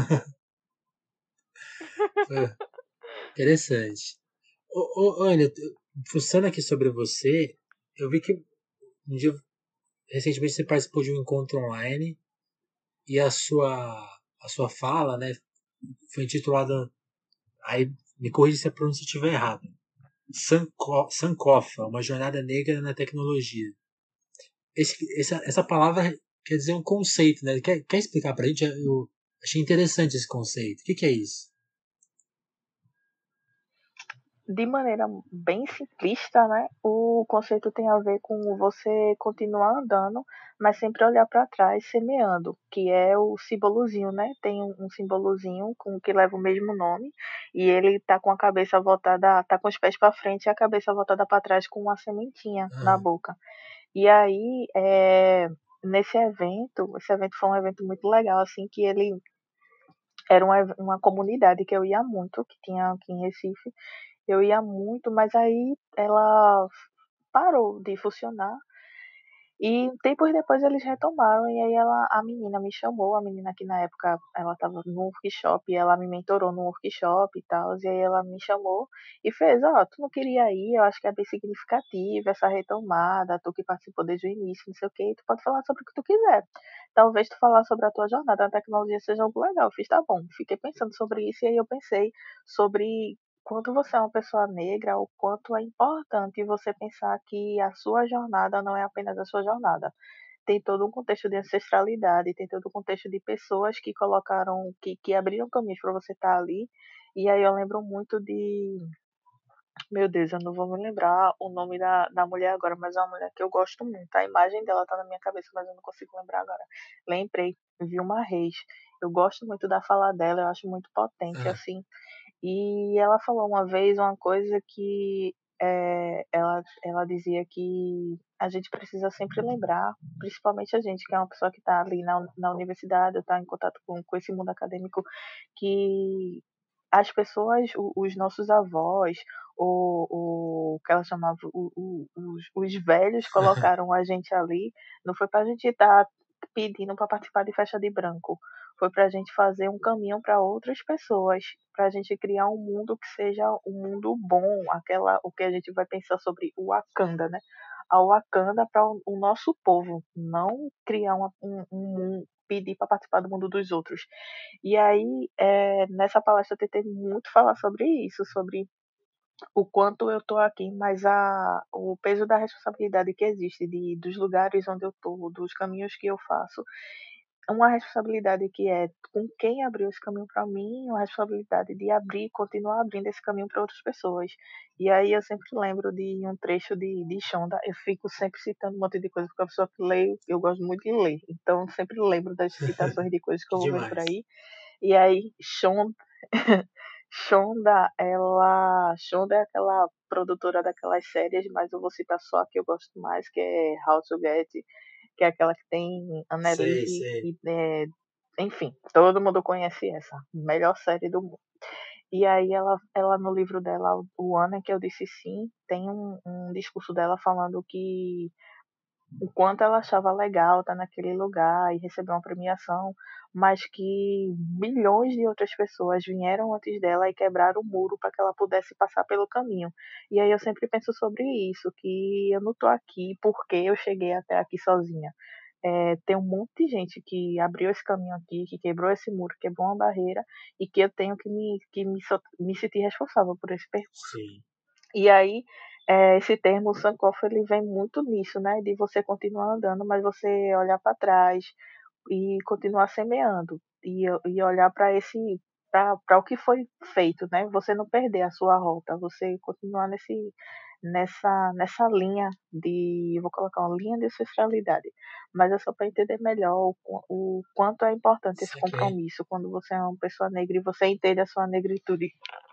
Foi interessante. Olha, fuçando aqui sobre você, eu vi que um dia, recentemente você participou de um encontro online e a sua fala, né, foi intitulada, aí me corrija se a pronúncia estiver errada, Sankofa, uma jornada negra na tecnologia. Essa palavra quer dizer um conceito, né? Quer explicar pra gente? Eu achei interessante esse conceito. O que é isso? De maneira bem simplista, né? O conceito tem a ver com você continuar andando, mas sempre olhar para trás, semeando, que é o símbolozinho, né? Tem um símbolozinho com que leva o mesmo nome e ele tá com a cabeça voltada, tá com os pés para frente e a cabeça voltada para trás com uma sementinha na Ah, boca. E aí, esse evento foi um evento muito legal, assim, que ele era uma comunidade que eu ia muito, que tinha aqui em Recife, eu ia muito, mas aí ela parou de funcionar. E tempos depois eles retomaram, e aí a menina me chamou, a menina que na época ela estava no workshop, e ela me mentorou no workshop e tal, e aí ela me chamou e fez, tu não queria ir, eu acho que é bem significativa essa retomada, tu que participou desde o início, não sei o que, tu pode falar sobre o que tu quiser. Talvez tu falar sobre a tua jornada na tecnologia seja algo legal. Eu fiz, tá bom. Fiquei pensando sobre isso, e aí eu pensei sobre quando você é uma pessoa negra, o quanto é importante você pensar que a sua jornada não é apenas a sua jornada. Tem todo um contexto de ancestralidade, tem todo um contexto de pessoas que colocaram, que abriram caminhos para você estar ali. E aí eu lembro muito de. Meu Deus, eu não vou me lembrar o nome da mulher agora, mas é uma mulher que eu gosto muito. A imagem dela tá na minha cabeça, mas eu não consigo lembrar agora. Lembrei, Vilma Reis. Eu gosto muito da fala dela, eu acho muito potente, ah, assim. E ela falou uma vez uma coisa que ela dizia que a gente precisa sempre lembrar, principalmente a gente, que é uma pessoa que está ali na universidade, está em contato com esse mundo acadêmico, que as pessoas, os nossos avós, o que ela chamava, os velhos colocaram a gente ali, não foi para a gente estar pedindo para participar de festa de branco, foi para a gente fazer um caminho para outras pessoas, para a gente criar um mundo que seja um mundo bom, o que a gente vai pensar sobre o Wakanda, né? a Wakanda para o nosso povo, não criar pedir para participar do mundo dos outros. E aí, nessa palestra eu tentei muito falar sobre isso, sobre o quanto eu estou aqui, mas o peso da responsabilidade que existe dos lugares onde eu estou, dos caminhos que eu faço, uma responsabilidade que é com quem abriu esse caminho para mim, uma responsabilidade de abrir, continuar abrindo esse caminho para outras pessoas. E aí eu sempre lembro de um trecho de Shonda, eu fico sempre citando um monte de coisa, porque a pessoa que leio, eu gosto muito de ler, então eu sempre lembro das citações de coisas que Que eu vou vendo por demais. aí. E aí Shonda é aquela produtora daquelas séries, mas eu vou citar só a que eu gosto mais, que é How to Get, que é aquela que tem Sei, Annelise sei. e enfim, todo mundo conhece essa, melhor série do mundo. E aí ela no livro dela, o ano em que eu disse sim, tem um discurso dela falando que o quanto ela achava legal estar naquele lugar e receber uma premiação, mas que milhões de outras pessoas vieram antes dela e quebraram o muro para que ela pudesse passar pelo caminho. E aí eu sempre penso sobre isso, que eu não estou aqui porque eu cheguei até aqui sozinha. Tem um monte de gente que abriu esse caminho aqui, que quebrou esse muro, quebrou uma barreira, e que eu tenho me sentir responsável por esse percurso. Sim. E aí, esse termo Sankofa, ele vem muito nisso, né? De você continuar andando, mas você olhar para trás e continuar semeando. E olhar para para o que foi feito, né? Você não perder a sua rota, você continuar nessa linha vou colocar uma linha de ancestralidade, mas é só para entender melhor o quanto é importante esse Saquei. compromisso quando você é uma pessoa negra e você entende a sua negritude.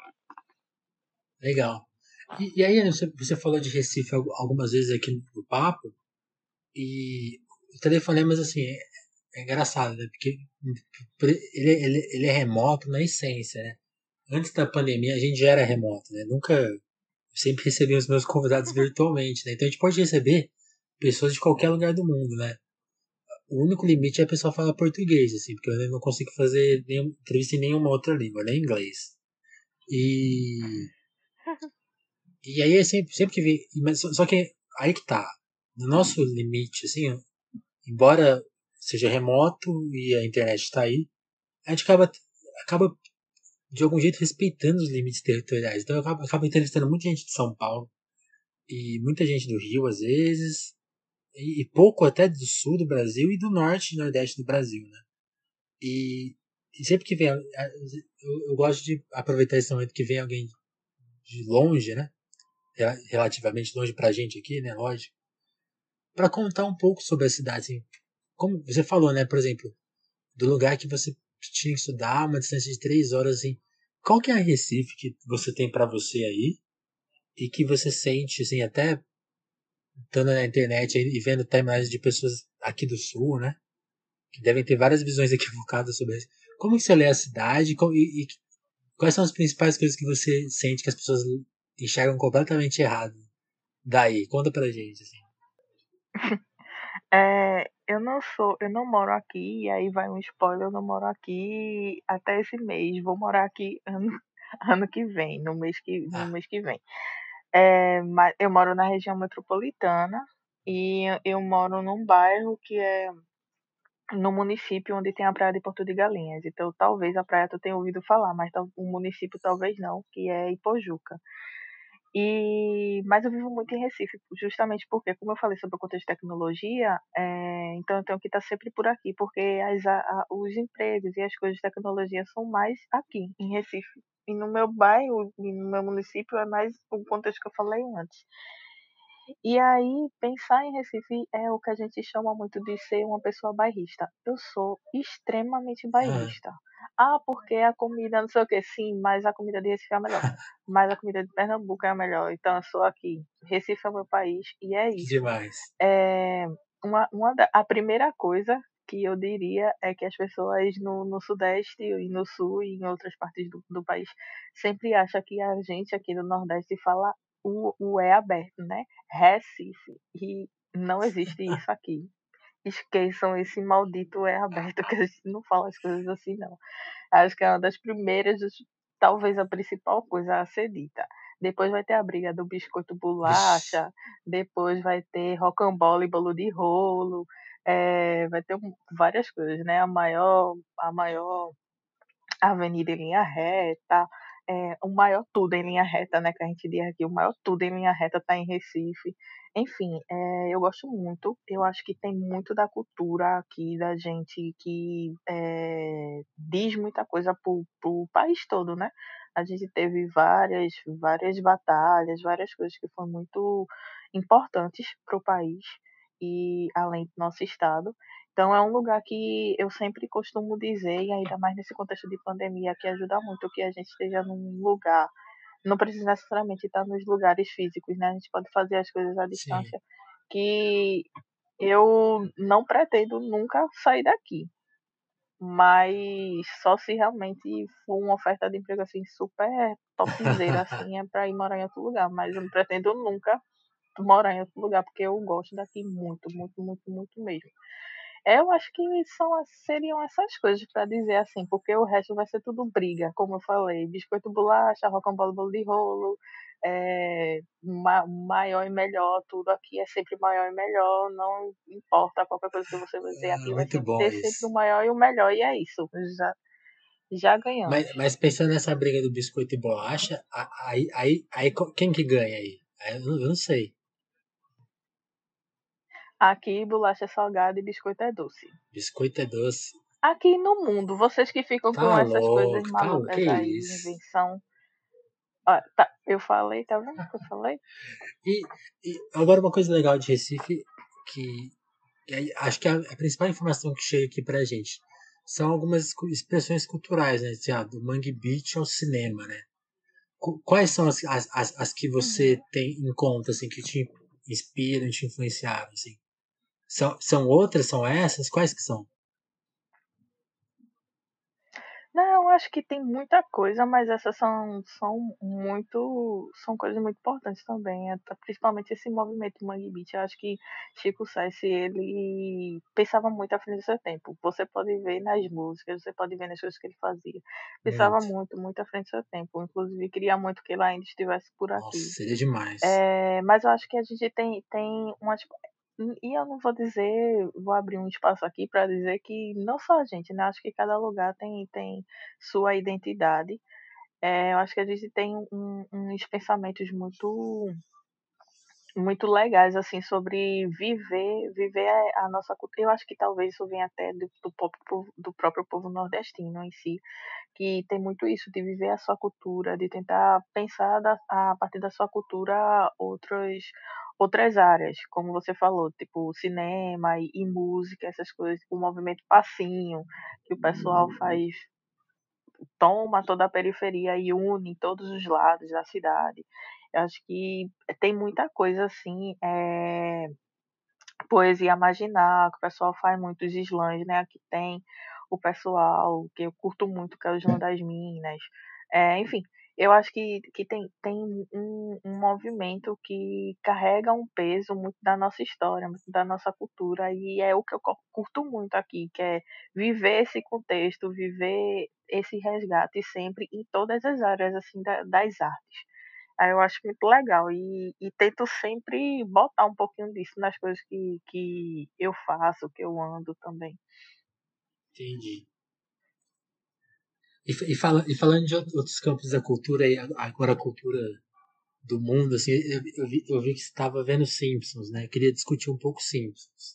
Legal. E aí, você falou de Recife algumas vezes aqui no papo, e o telefonema, assim, é engraçado, né? Porque ele é remoto na essência, né? Antes da pandemia, a gente já era remoto, né? Nunca. Eu sempre recebia os meus convidados virtualmente, né? Então a gente pode receber pessoas de qualquer lugar do mundo, né? O único limite é a pessoa falar português, assim, porque eu não consigo fazer entrevista em nenhuma outra língua, nem inglês. E E aí, sempre que vem. Mas só que aí que tá. No nosso limite, assim, ó, embora seja remoto e a internet está aí, a gente acaba de algum jeito respeitando os limites territoriais. Então eu acabo entrevistando muita gente de São Paulo e muita gente do Rio, às vezes, e pouco até do sul do Brasil e do norte e nordeste do Brasil, né? E, e sempre que vem. Eu gosto de aproveitar esse momento que vem alguém de longe, né? Relativamente longe pra gente aqui, né? Lógico, para contar um pouco sobre a cidade. Assim, como você falou, né? Por exemplo, do lugar que você tinha que estudar, uma distância de 3 horas, assim. Qual que é a Recife que você tem para você aí e que você sente, assim, até estando na internet e vendo timelines de pessoas aqui do Sul, né? Que devem ter várias visões equivocadas sobre isso. Como que você lê a cidade e quais são as principais coisas que você sente que as pessoas enxergam completamente errado daí? Conta pra gente, assim. Eu não moro aqui, e aí vai um spoiler, eu não moro aqui até esse mês, vou morar aqui ano, ano que vem, no Ah, mês que vem. Mas eu moro na região metropolitana e eu moro num bairro que é no município onde tem a praia de Porto de Galinhas. Então, talvez a praia tu tenha ouvido falar, mas o município talvez não, que é Ipojuca. Mas eu vivo muito em Recife, justamente porque, como eu falei sobre o contexto de tecnologia, então eu tenho que estar sempre por aqui, porque os empregos e as coisas de tecnologia são mais aqui, em Recife. E no meu bairro, e no meu município, é mais o contexto que eu falei antes. E aí, pensar em Recife é o que a gente chama muito de ser uma pessoa bairrista. Eu sou extremamente ah, bairrista. Ah, porque a comida, não sei o que, sim, mas a comida de Recife é a melhor. Mas a comida de Pernambuco é a melhor. Então eu sou aqui. Recife é o meu país e é que isso. demais. É, a primeira coisa que eu diria é que as pessoas no Sudeste e no Sul e em outras partes do país sempre acham que a gente aqui no Nordeste fala o é aberto, né? Recife. E não existe isso aqui. Esqueçam esse maldito é aberto, que a gente não fala as coisas assim, não. Acho que é uma das primeiras, talvez a principal coisa a ser dita. Depois vai ter a briga do biscoito Vixe. bolacha, depois vai ter rocambole e bolo de rolo, vai ter várias coisas, né? A maior avenida em linha reta, o maior tudo em linha reta, né, que a gente diz aqui, o maior tudo em linha reta está em Recife. Enfim, eu gosto muito, eu acho que tem muito da cultura aqui da gente que diz muita coisa pro país todo, né? A gente teve várias batalhas, várias coisas que foram muito importantes para o país e além do nosso estado. Então é um lugar que eu sempre costumo dizer, e ainda mais nesse contexto de pandemia, que ajuda muito que a gente esteja num lugar. Não precisa necessariamente estar nos lugares físicos, né? A gente pode fazer as coisas à Sim. distância, que eu não pretendo nunca sair daqui. Mas só se realmente for uma oferta de emprego assim super topzera, assim, é para ir morar em outro lugar. Mas eu não pretendo nunca morar em outro lugar, porque eu gosto daqui muito, muito, muito, muito mesmo. Eu acho que seriam essas coisas para dizer assim, porque o resto vai ser tudo briga, como eu falei, biscoito bolacha, rocambole, bolo de rolo, maior e melhor, tudo aqui é sempre maior e melhor, não importa qualquer coisa que você vai dizer Ah, aqui, vai muito sempre bom ter sempre o isso. maior e o melhor, e é isso, já ganhamos. Mas pensando nessa briga do biscoito e bolacha, quem que ganha aí? Eu não sei. Aqui, bolacha é salgada e biscoito é doce. Biscoito é doce. Aqui no mundo, vocês que ficam com Tá essas coisas louco, tá louco. Que malucas aí, isso? invenção. Ó, tá, eu falei, tá vendo o que eu falei? E, e agora uma coisa legal de Recife, que, acho que a principal informação que chega aqui pra gente são algumas expressões culturais, né? Assim, do Mangue Beach ao cinema, né? Quais são as que você Uhum. tem em conta, assim, que te inspiram, te influenciaram, assim? São outras? São essas? Quais que são? Não, eu acho que tem muita coisa, mas essas são coisas muito importantes também, principalmente esse movimento Mangue Beat. Eu acho que Chico Science, ele pensava muito à frente do seu tempo. Você pode ver nas músicas, você pode ver nas coisas que ele fazia. Pensava Muito. muito, muito à frente do seu tempo. Inclusive, queria muito que ele ainda estivesse por Nossa, aqui. seria demais. Mas eu acho que a gente tem umas. E eu não vou dizer, vou abrir um espaço aqui para dizer que não só a gente, né? Acho que cada lugar tem sua identidade. Eu acho que a gente tem uns pensamentos muito legais assim sobre viver a nossa cultura. Eu acho que talvez isso venha até do próprio povo nordestino em si, que tem muito isso de viver a sua cultura, de tentar pensar a partir da sua cultura outras áreas, como você falou, tipo cinema e música, essas coisas, tipo, o movimento passinho, que o pessoal faz, toma toda a periferia e une todos os lados da cidade. Eu acho que tem muita coisa assim, poesia marginal, que o pessoal faz muitos slams, né? Aqui tem o pessoal que eu curto muito, que é o Slam das Minas. Enfim, eu acho que tem um movimento que carrega um peso muito da nossa história, muito da nossa cultura, e é o que eu curto muito aqui, que é viver esse contexto, viver esse resgate sempre em todas as áreas assim das artes. Aí eu acho muito legal e tento sempre botar um pouquinho disso nas coisas que eu faço, que eu ando também. Entendi. E falando de outros campos da cultura, aí, agora a cultura do mundo, assim, eu vi que você estava vendo Simpsons, né? Eu queria discutir um pouco Simpsons.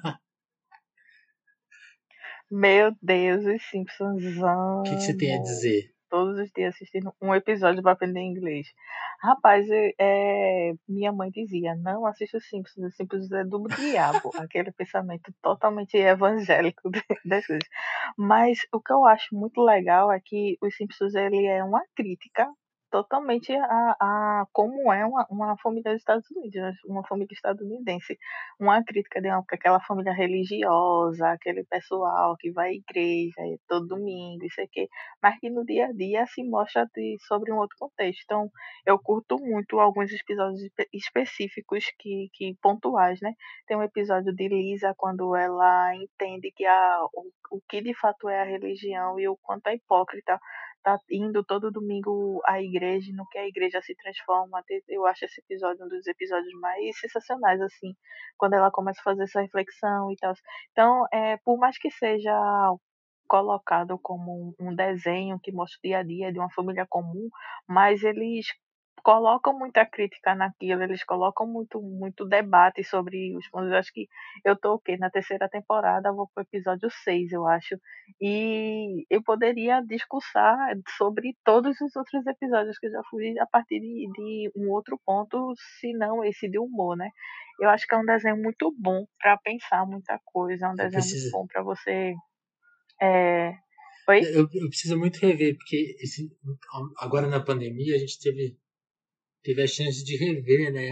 Meu Deus, os Simpsons O que você tem a amo. dizer? Todos os dias assistindo um episódio para aprender inglês. Rapaz, minha mãe dizia, não assista os Simpsons é do diabo. Aquele pensamento totalmente evangélico das coisas. Mas o que eu acho muito legal é que os Simpsons ele é uma crítica totalmente a como é uma família dos Estados Unidos, né? Uma família estadunidense, uma crítica de aquela família religiosa, aquele pessoal que vai à igreja todo domingo, isso aqui, mas que no dia a dia se mostra sobre um outro contexto. Então, eu curto muito alguns episódios específicos que pontuais, né? Tem um episódio de Lisa quando ela entende que o que de fato é a religião e o quanto é hipócrita tá indo todo domingo à igreja, no que a igreja se transforma. Eu acho esse episódio um dos episódios mais sensacionais, assim, quando ela começa a fazer essa reflexão e tal. Então, por mais que seja colocado como um desenho que mostra o dia a dia de uma família comum, mas eles colocam muita crítica naquilo, eles colocam muito debate sobre os pontos. Eu acho que eu tô o quê? Na terceira temporada, vou pro episódio 6 eu acho. E eu poderia discursar sobre todos os outros episódios que eu já fui a partir de um outro ponto, se não esse de humor, né? Eu acho que é um desenho muito bom para pensar muita coisa, é um Eu desenho muito preciso, bom para você. É... Oi? eu preciso muito rever, porque agora na pandemia a gente teve a chance de rever, né?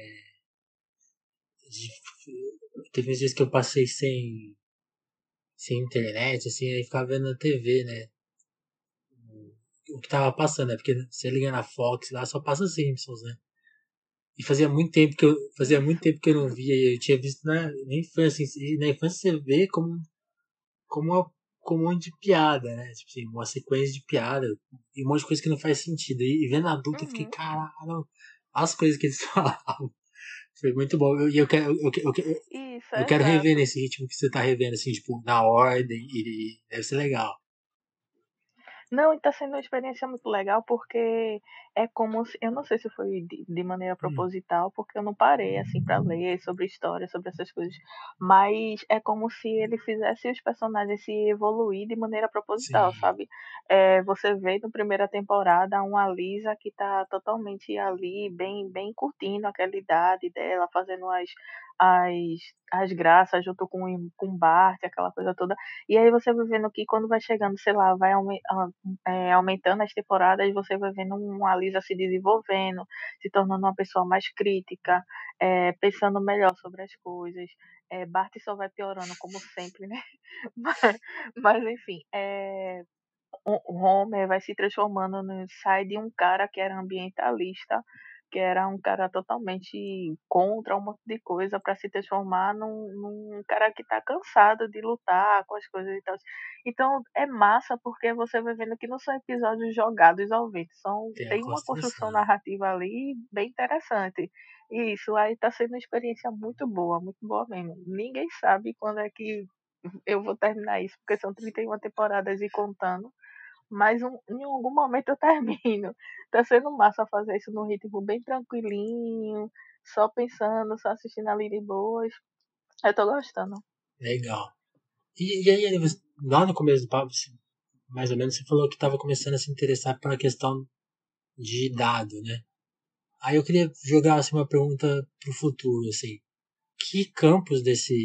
Teve uns dias que eu passei sem internet, assim, aí ficava vendo na TV, né? O que tava passando, né? Porque você liga na Fox lá, só passa Simpsons, né? E fazia muito Isso. tempo que eu não via, e eu tinha visto na infância, e na infância você vê como um monte de piada, né? Tipo assim, uma sequência de piada e um monte de coisa que não faz sentido. E vendo adulto eu fiquei, Uhum. caralho, as coisas que eles falavam. Foi muito bom. E Isso, eu quero rever exato. nesse ritmo que você tá revendo, assim, tipo, na ordem, e deve ser legal. Não, e tá sendo uma experiência muito legal porque é como se, eu não sei se foi de maneira Hum, proposital, porque eu não parei assim para ler sobre história, sobre essas coisas, mas é como se ele fizesse os personagens se evoluir de maneira proposital, sim, sabe? Você vê na primeira temporada uma Lisa que tá totalmente ali, bem curtindo aquela idade dela, fazendo as, as graças junto com o Bart, aquela coisa toda. E aí você vai vendo que quando vai chegando, sei lá, aumentando as temporadas, você vai vendo uma Lisa se desenvolvendo, se tornando uma pessoa mais crítica, pensando melhor sobre as coisas. Bart só vai piorando, como sempre, né? Mas enfim, o Homer vai se transformando sai de um cara que era ambientalista, que era um cara totalmente contra um monte de coisa, para se transformar num cara que está cansado de lutar com as coisas e tal. Então é massa porque você vai vendo que não são episódios jogados ao vento, tem a tem uma construção construção. narrativa ali bem interessante. E isso aí está sendo uma experiência muito boa mesmo. Ninguém sabe quando é que eu vou terminar isso, porque são 31 temporadas e contando. Mas em algum momento eu termino. Tá sendo massa fazer isso num ritmo bem tranquilinho, só pensando, só assistindo ali de boas. Eu tô gostando. Legal. E aí, lá no começo do papo, mais ou menos, você falou que estava começando a se interessar pela questão de dado, né? Aí eu queria jogar assim, uma pergunta pro futuro, assim. Que campos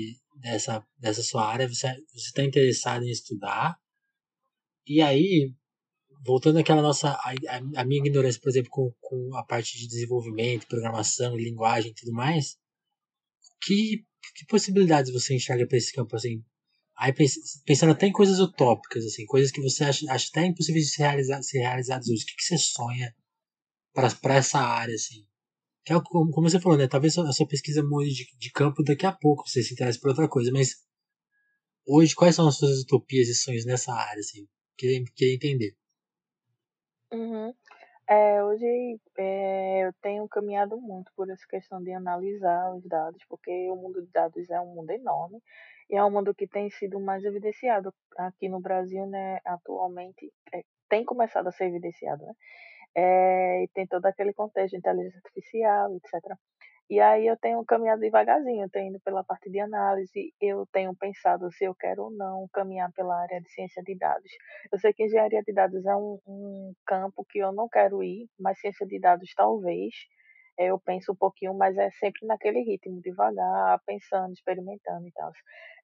dessa sua área você está interessado em estudar? E aí, voltando àquela a minha ignorância, por exemplo, com a parte de desenvolvimento, programação, linguagem e tudo mais, que, que possibilidades você enxerga para esse campo, assim? Aí pensando até em coisas utópicas, assim, coisas que você acha até impossíveis de ser realizadas hoje. O que você sonha para essa área, assim? Que é como você falou, né? Talvez a sua pesquisa mude de campo daqui a pouco, você se interessa por outra coisa, mas hoje, quais são as suas utopias e sonhos nessa área, assim? Queria entender. Uhum. Hoje eu tenho caminhado muito por essa questão de analisar os dados, porque o mundo de dados é um mundo enorme e é um mundo que tem sido mais evidenciado aqui no Brasil, né? Atualmente tem começado a ser evidenciado, né? E tem todo aquele contexto de inteligência artificial, etc. E aí eu tenho caminhado devagarzinho, eu tenho indo pela parte de análise, eu tenho pensado se eu quero ou não caminhar pela área de ciência de dados. Eu sei que engenharia de dados é um campo que eu não quero ir, mas ciência de dados talvez. Eu penso um pouquinho, mas é sempre naquele ritmo, devagar, pensando, experimentando e tal.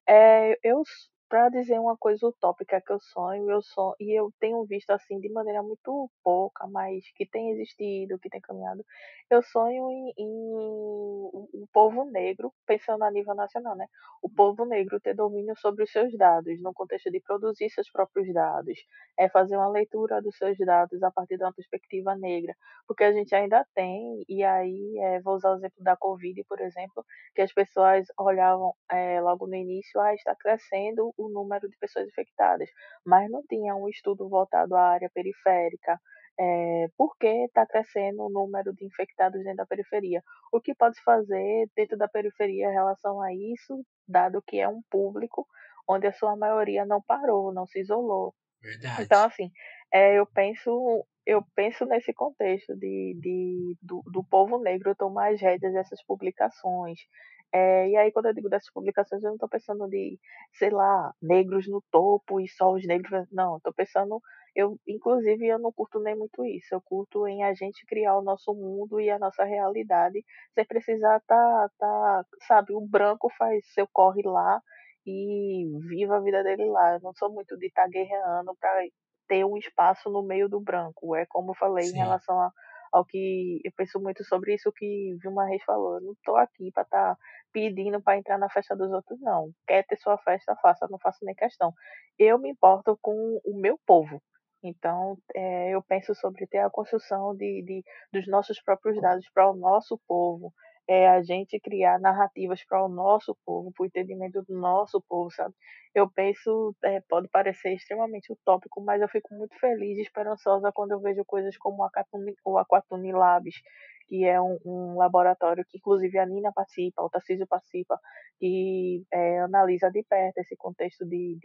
Para dizer uma coisa utópica que eu sonho, e eu tenho visto assim de maneira muito pouca, mas que tem existido, que tem caminhado, eu sonho em o povo negro, pensando a nível nacional, né? O povo negro ter domínio sobre os seus dados, no contexto de produzir seus próprios dados, fazer uma leitura dos seus dados a partir de uma perspectiva negra, porque a gente ainda tem, e aí vou usar o exemplo da Covid, por exemplo, que as pessoas olhavam logo no início, está crescendo o número de pessoas infectadas, mas não tinha um estudo voltado à área periférica. Por que está crescendo o número de infectados dentro da periferia? O que pode se fazer dentro da periferia em relação a isso, dado que é um público onde a sua maioria não parou, não se isolou. Então, Verdade. assim, eu penso nesse contexto do povo negro tomar as rédeas dessas publicações. E aí, quando eu digo dessas publicações, eu não estou pensando de, sei lá, negros no topo e só os negros. Não, estou pensando. Inclusive, eu não curto nem muito isso. Eu curto em a gente criar o nosso mundo e a nossa realidade, sem precisar sabe, o branco faz seu corre lá e viva a vida dele lá. Eu não sou muito de estar guerreando para ter um espaço no meio do branco. É como eu falei em Sim. relação ao que eu penso muito sobre isso que Vilma Reis falou. Eu não estou aqui para estar pedindo para entrar na festa dos outros, não. Quer ter sua festa, faça, não faço nem questão. Eu me importo com o meu povo. Então, eu penso sobre ter a construção dos nossos próprios dados para o nosso povo, a gente criar narrativas para o nosso povo, para o entendimento do nosso povo, sabe? Eu penso, pode parecer extremamente utópico, mas eu fico muito feliz e esperançosa quando eu vejo coisas como o Aquatune Labs, que é um laboratório que inclusive a Nina participa, o Tarcísio participa, que analisa de perto esse contexto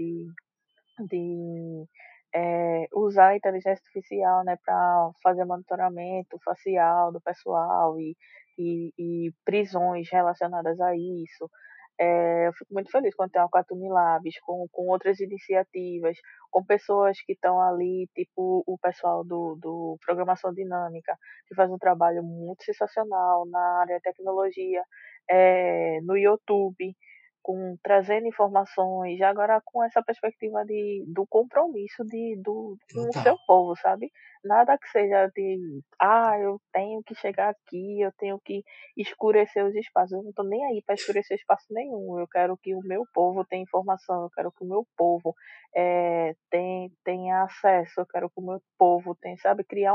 de usar a inteligência artificial, né, para fazer monitoramento facial do pessoal e prisões relacionadas a isso. Eu fico muito feliz quando tem uma Cartoon Labs, com outras iniciativas, com pessoas que estão ali, tipo o pessoal do Programação Dinâmica, que faz um trabalho muito sensacional na área de tecnologia, no YouTube, trazendo informações, agora com essa perspectiva do compromisso com o Total. seu povo, sabe? Nada que seja eu tenho que chegar aqui, eu tenho que escurecer os espaços. Eu não estou nem aí para escurecer espaço nenhum. Eu quero que o meu povo tenha informação, eu quero que o meu povo tenha acesso, eu quero que o meu povo tenha, sabe, criar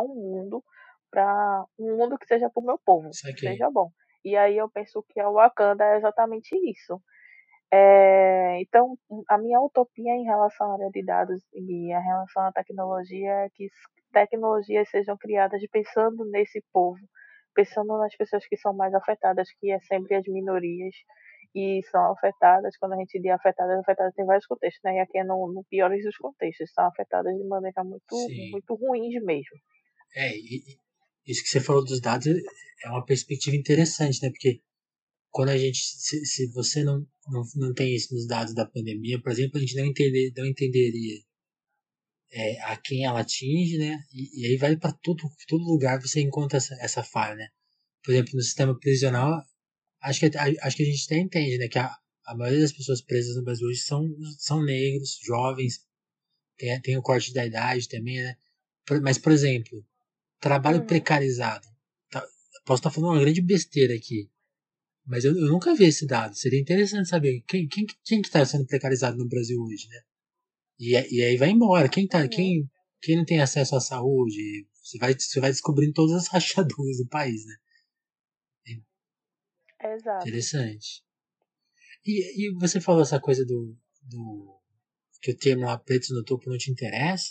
um mundo que seja para o meu povo, Isso que aqui. seja bom. E aí eu penso que a Wakanda é exatamente isso. Então, a minha utopia em relação à área de dados e em relação à tecnologia é que tecnologias sejam criadas pensando nesse povo, pensando nas pessoas que são mais afetadas, que é sempre as minorias, e são afetadas, quando a gente diz afetadas tem vários contextos, né? E aqui é no piores dos contextos, são afetadas de maneira muito, Sim. muito ruins mesmo. Isso que você falou dos dados é uma perspectiva interessante, né? Porque quando a gente, se você não tem isso nos dados da pandemia, por exemplo, a gente não entenderia a quem ela atinge, né? E aí vai para todo lugar você encontra essa falha, né? Por exemplo, no sistema prisional, acho que a gente até entende, né? Que a maioria das pessoas presas no Brasil hoje são negros, jovens, tem o corte da idade também, né? Mas, por exemplo, trabalho Uhum. precarizado. Tá, posso estar falando uma grande besteira aqui, mas eu nunca vi esse dado. Seria interessante saber quem que está sendo precarizado no Brasil hoje, né? E aí vai embora. Uhum. Quem não tem acesso à saúde, você vai descobrindo todas as rachaduras do país, né? É Exato. interessante. E você falou essa coisa do que o termo lá preto no topo não te interessa?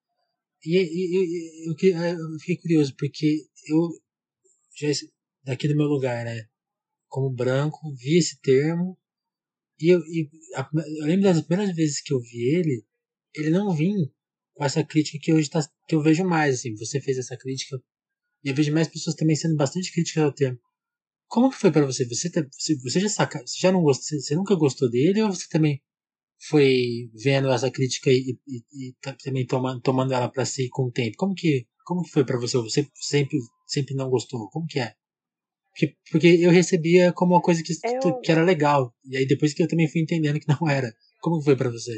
Eu fiquei curioso, porque eu já daqui do meu lugar, né? Como branco, vi esse termo eu lembro das primeiras vezes que eu vi ele não vinha com essa crítica que hoje que eu vejo mais, assim, você fez essa crítica e eu vejo mais pessoas também sendo bastante críticas ao termo. Como que foi para você? Você já você já não gostou, você nunca gostou dele ou você também foi vendo essa crítica e também tomando ela para si com o tempo? Como que foi para você? Você sempre não gostou? Como que é? Porque eu recebia como uma coisa Eu, que era legal. E aí depois que eu também fui entendendo que não era. Como foi pra você?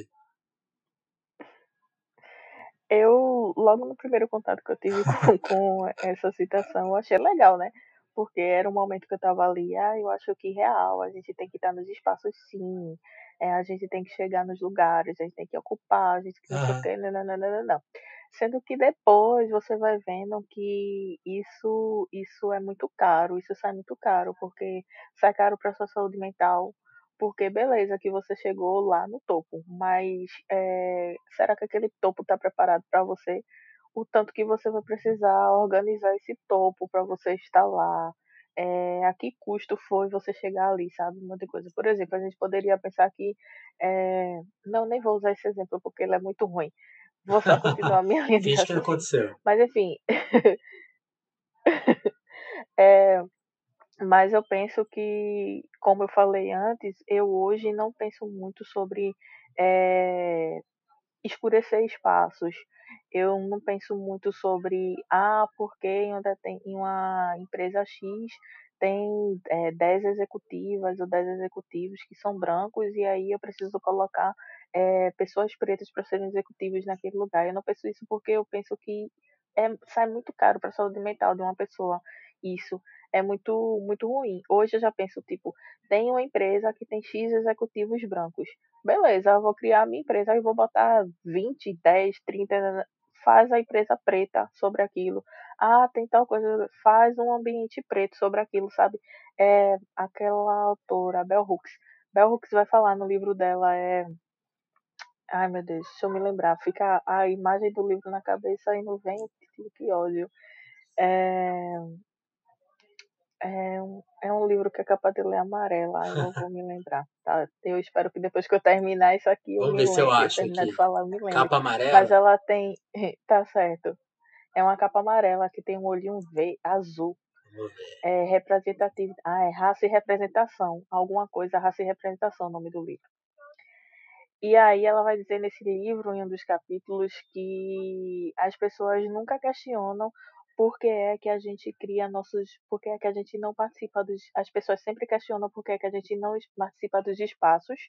Logo no primeiro contato que eu tive com essa citação, eu achei legal, né? Porque era um momento que eu tava ali, eu acho que real, a gente tem que estar nos espaços sim, a gente tem que chegar nos lugares, a gente tem que ocupar, a gente que não sei o Aham. quê, não, não, não, não, não. Não. Sendo que depois você vai vendo que isso é muito caro, isso sai muito caro, porque sai caro para sua saúde mental, Porque beleza que você chegou lá no topo, mas será que aquele topo está preparado para você? O tanto que você vai precisar organizar esse topo para você estar lá, a que custo foi você chegar ali, sabe? Um monte de coisa. Por exemplo, a gente poderia pensar que. Não, nem vou usar esse exemplo porque ele é muito ruim. Vou só continuar a minha linha de Finge que não raciocínio. aconteceu. Mas enfim, é, mas eu penso que, como eu falei antes, eu hoje não penso muito sobre eh, escurecer espaços. Eu não penso muito sobre, porque em uma empresa X tem 10 executivas ou 10 executivos que são brancos e aí eu preciso colocar pessoas pretas para serem executivos naquele lugar. Eu não penso isso porque eu penso que sai muito caro para a saúde mental de uma pessoa. Isso é muito, muito ruim. Hoje eu já penso, tipo, tem uma empresa que tem X executivos brancos. Beleza, eu vou criar a minha empresa e vou botar 20, 10, 30, faz a empresa preta sobre aquilo. Tem tal coisa, faz um ambiente preto sobre aquilo, sabe? Aquela autora, Bell Hooks. Bell Hooks vai falar no livro dela, ai meu Deus, deixa eu me lembrar, fica a imagem do livro na cabeça e não vem o título, que ódio. É, é um livro que é capaz de ler amarela, eu não vou me lembrar, tá? Eu espero que depois que eu terminar isso aqui, eu Vamos me ver se eu lembre, eu acho terminar de aqui. falar, eu me lembre. Capa Mas amarela? ela tem, tá certo, é uma capa amarela que tem um olhinho azul, Vamos ver. representativo, é raça e representação, alguma coisa, raça e representação, o nome do livro. E aí ela vai dizer nesse livro, em um dos capítulos, que as pessoas nunca questionam por que é que a gente cria por que é que a gente não participa as pessoas sempre questionam por que é que a gente não participa dos espaços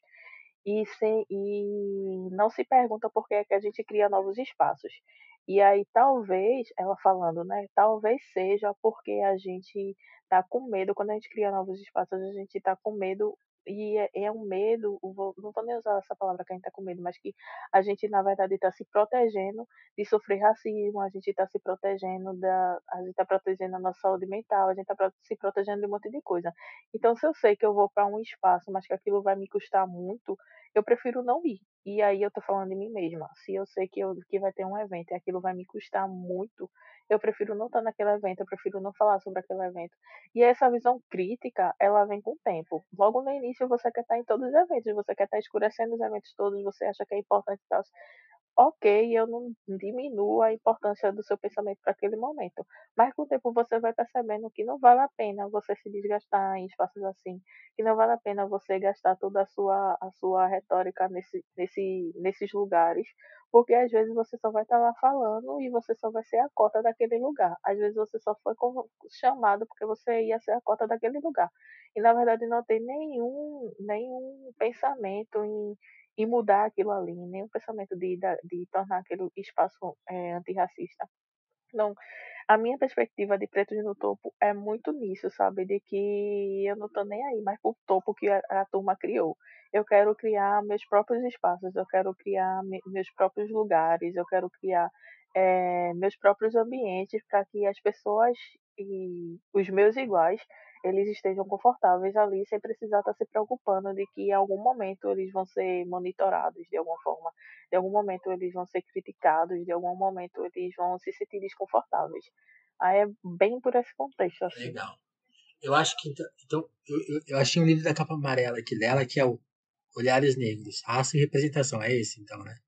e não se pergunta por que é que a gente cria novos espaços. E aí talvez, ela falando, né, talvez seja porque a gente tá com medo, quando a gente cria novos espaços, a gente tá com medo e é um medo, não vou nem usar essa palavra que a gente está com medo, mas que a gente, na verdade, está se protegendo de sofrer racismo, a gente está se protegendo a gente está protegendo a nossa saúde mental, a gente está se protegendo de um monte de coisa. Então, se eu sei que eu vou para um espaço, mas que aquilo vai me custar muito, eu prefiro não ir. E aí eu tô falando de mim mesma. Se eu sei que vai ter um evento e aquilo vai me custar muito, eu prefiro não estar naquele evento, eu prefiro não falar sobre aquele evento. E essa visão crítica, ela vem com o tempo. Logo no início você quer estar em todos os eventos, você quer estar escurecendo os eventos todos, você acha que é importante e tal. Ok, eu não diminuo a importância do seu pensamento para aquele momento. Mas com o tempo você vai percebendo que não vale a pena você se desgastar em espaços assim, que não vale a pena você gastar toda a sua retórica nesses lugares, porque às vezes você só vai estar lá falando e você só vai ser a cota daquele lugar. Às vezes você só foi chamado porque você ia ser a cota daquele lugar. E na verdade não tem nenhum pensamento em mudar aquilo ali, nenhum pensamento de tornar aquele espaço antirracista. Não, a minha perspectiva de Pretos no Topo é muito nisso, sabe? De que eu não tô nem aí mais pro topo que a turma criou. Eu quero criar meus próprios espaços, eu quero criar meus próprios lugares, eu quero criar meus próprios ambientes para que as pessoas e os meus iguais eles estejam confortáveis ali sem precisar estar se preocupando de que em algum momento eles vão ser monitorados de alguma forma, de algum momento eles vão ser criticados, de algum momento eles vão se sentir desconfortáveis. Aí é bem por esse contexto, assim. Legal. Eu acho que então eu achei um livro da capa amarela aqui dela que é o Olhares Negros, Raça e Representação. É esse então, né?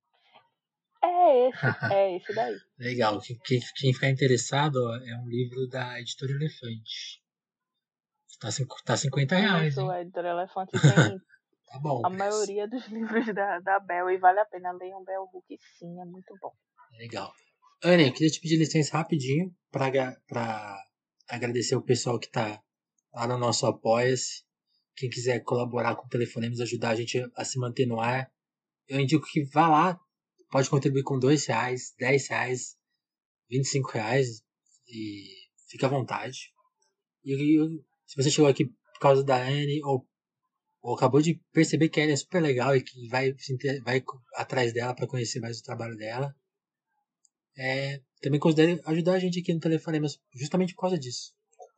É esse daí. Legal. Quem ficar interessado, ó, é um livro da Editora Elefante. Tá R$ 50, Isso, hein? a Editora Elefante tem Tá bom o a preço. maioria dos livros da Bel e vale a pena ler um Bell Book, sim, é muito bom. Legal. Anne, eu queria te pedir licença rapidinho para agradecer o pessoal que tá lá no nosso Apoia-se. Quem quiser colaborar com o Telefonemas, ajudar a gente a se manter no ar, eu indico que vá lá. Pode contribuir com R$ 2, R$ 10, R$ 25 e fica à vontade. Se você chegou aqui por causa da Anne ou acabou de perceber que a Anne é super legal e que vai atrás dela para conhecer mais o trabalho dela, também considere ajudar a gente aqui no Telefonemas justamente por causa disso.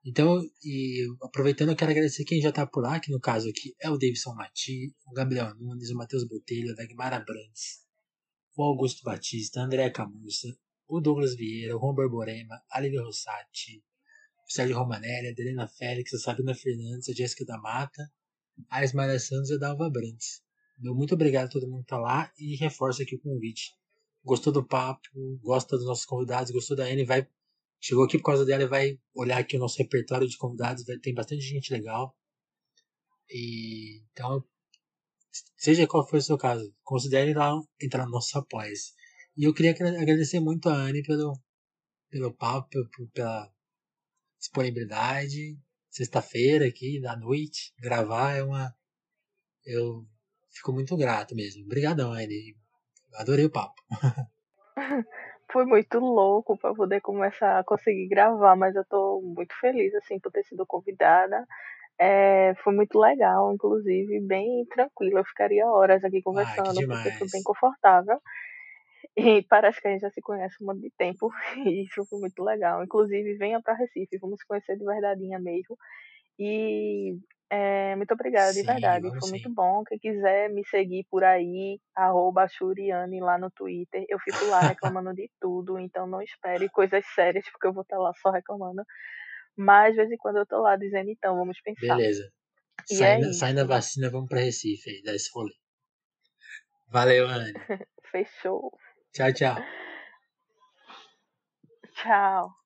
Então, e aproveitando, eu quero agradecer quem já tá por lá, que no caso aqui é o Davidson Mati, o Gabriel Nunes, o Matheus Botelho, a Dagmar Abrantes, o Augusto Batista, a André Camurça, o Douglas Vieira, o Juan Borborema, a Lívia Rossati, o Sérgio Romanelli, a Adelina Félix, a Sabrina Fernandes, a Jéssica da Mata, a Ismael Santos e a Dalva Brantes. Meu muito obrigado a todo mundo que tá lá e reforço aqui o convite. Gostou do papo, gosta dos nossos convidados, gostou da Anne, vai. Chegou aqui por causa dela e vai olhar aqui o nosso repertório de convidados, tem bastante gente legal. E então, seja qual for o seu caso, considere lá entrar no nosso apoio. E eu queria agradecer muito a Anne pelo papo, pela disponibilidade. Sexta-feira aqui, da noite, gravar é uma. Eu fico muito grato mesmo. Obrigadão, Anne. Adorei o papo. Foi muito louco para poder começar a conseguir gravar, mas eu tô muito feliz assim por ter sido convidada. Foi muito legal, inclusive bem tranquilo. Eu ficaria horas aqui Ah, que conversando porque foi bem demais. confortável. E parece que a gente já se conhece um monte de tempo e isso foi muito legal. Inclusive, venha para Recife, vamos se conhecer de verdadeinha mesmo. E muito obrigada, de Sim, verdade. vamos Foi muito sim. bom. Quem quiser me seguir por aí, @Shuriane lá no Twitter. Eu fico lá reclamando de tudo, então não espere coisas sérias, porque eu vou estar lá só reclamando. Mas de vez em quando eu tô lá dizendo, então, vamos pensar. Beleza. E é Saindo a isso. vacina, vamos pra Recife aí, dar esse rolê. Valeu, Anne. Fechou. Tchau, tchau. Tchau.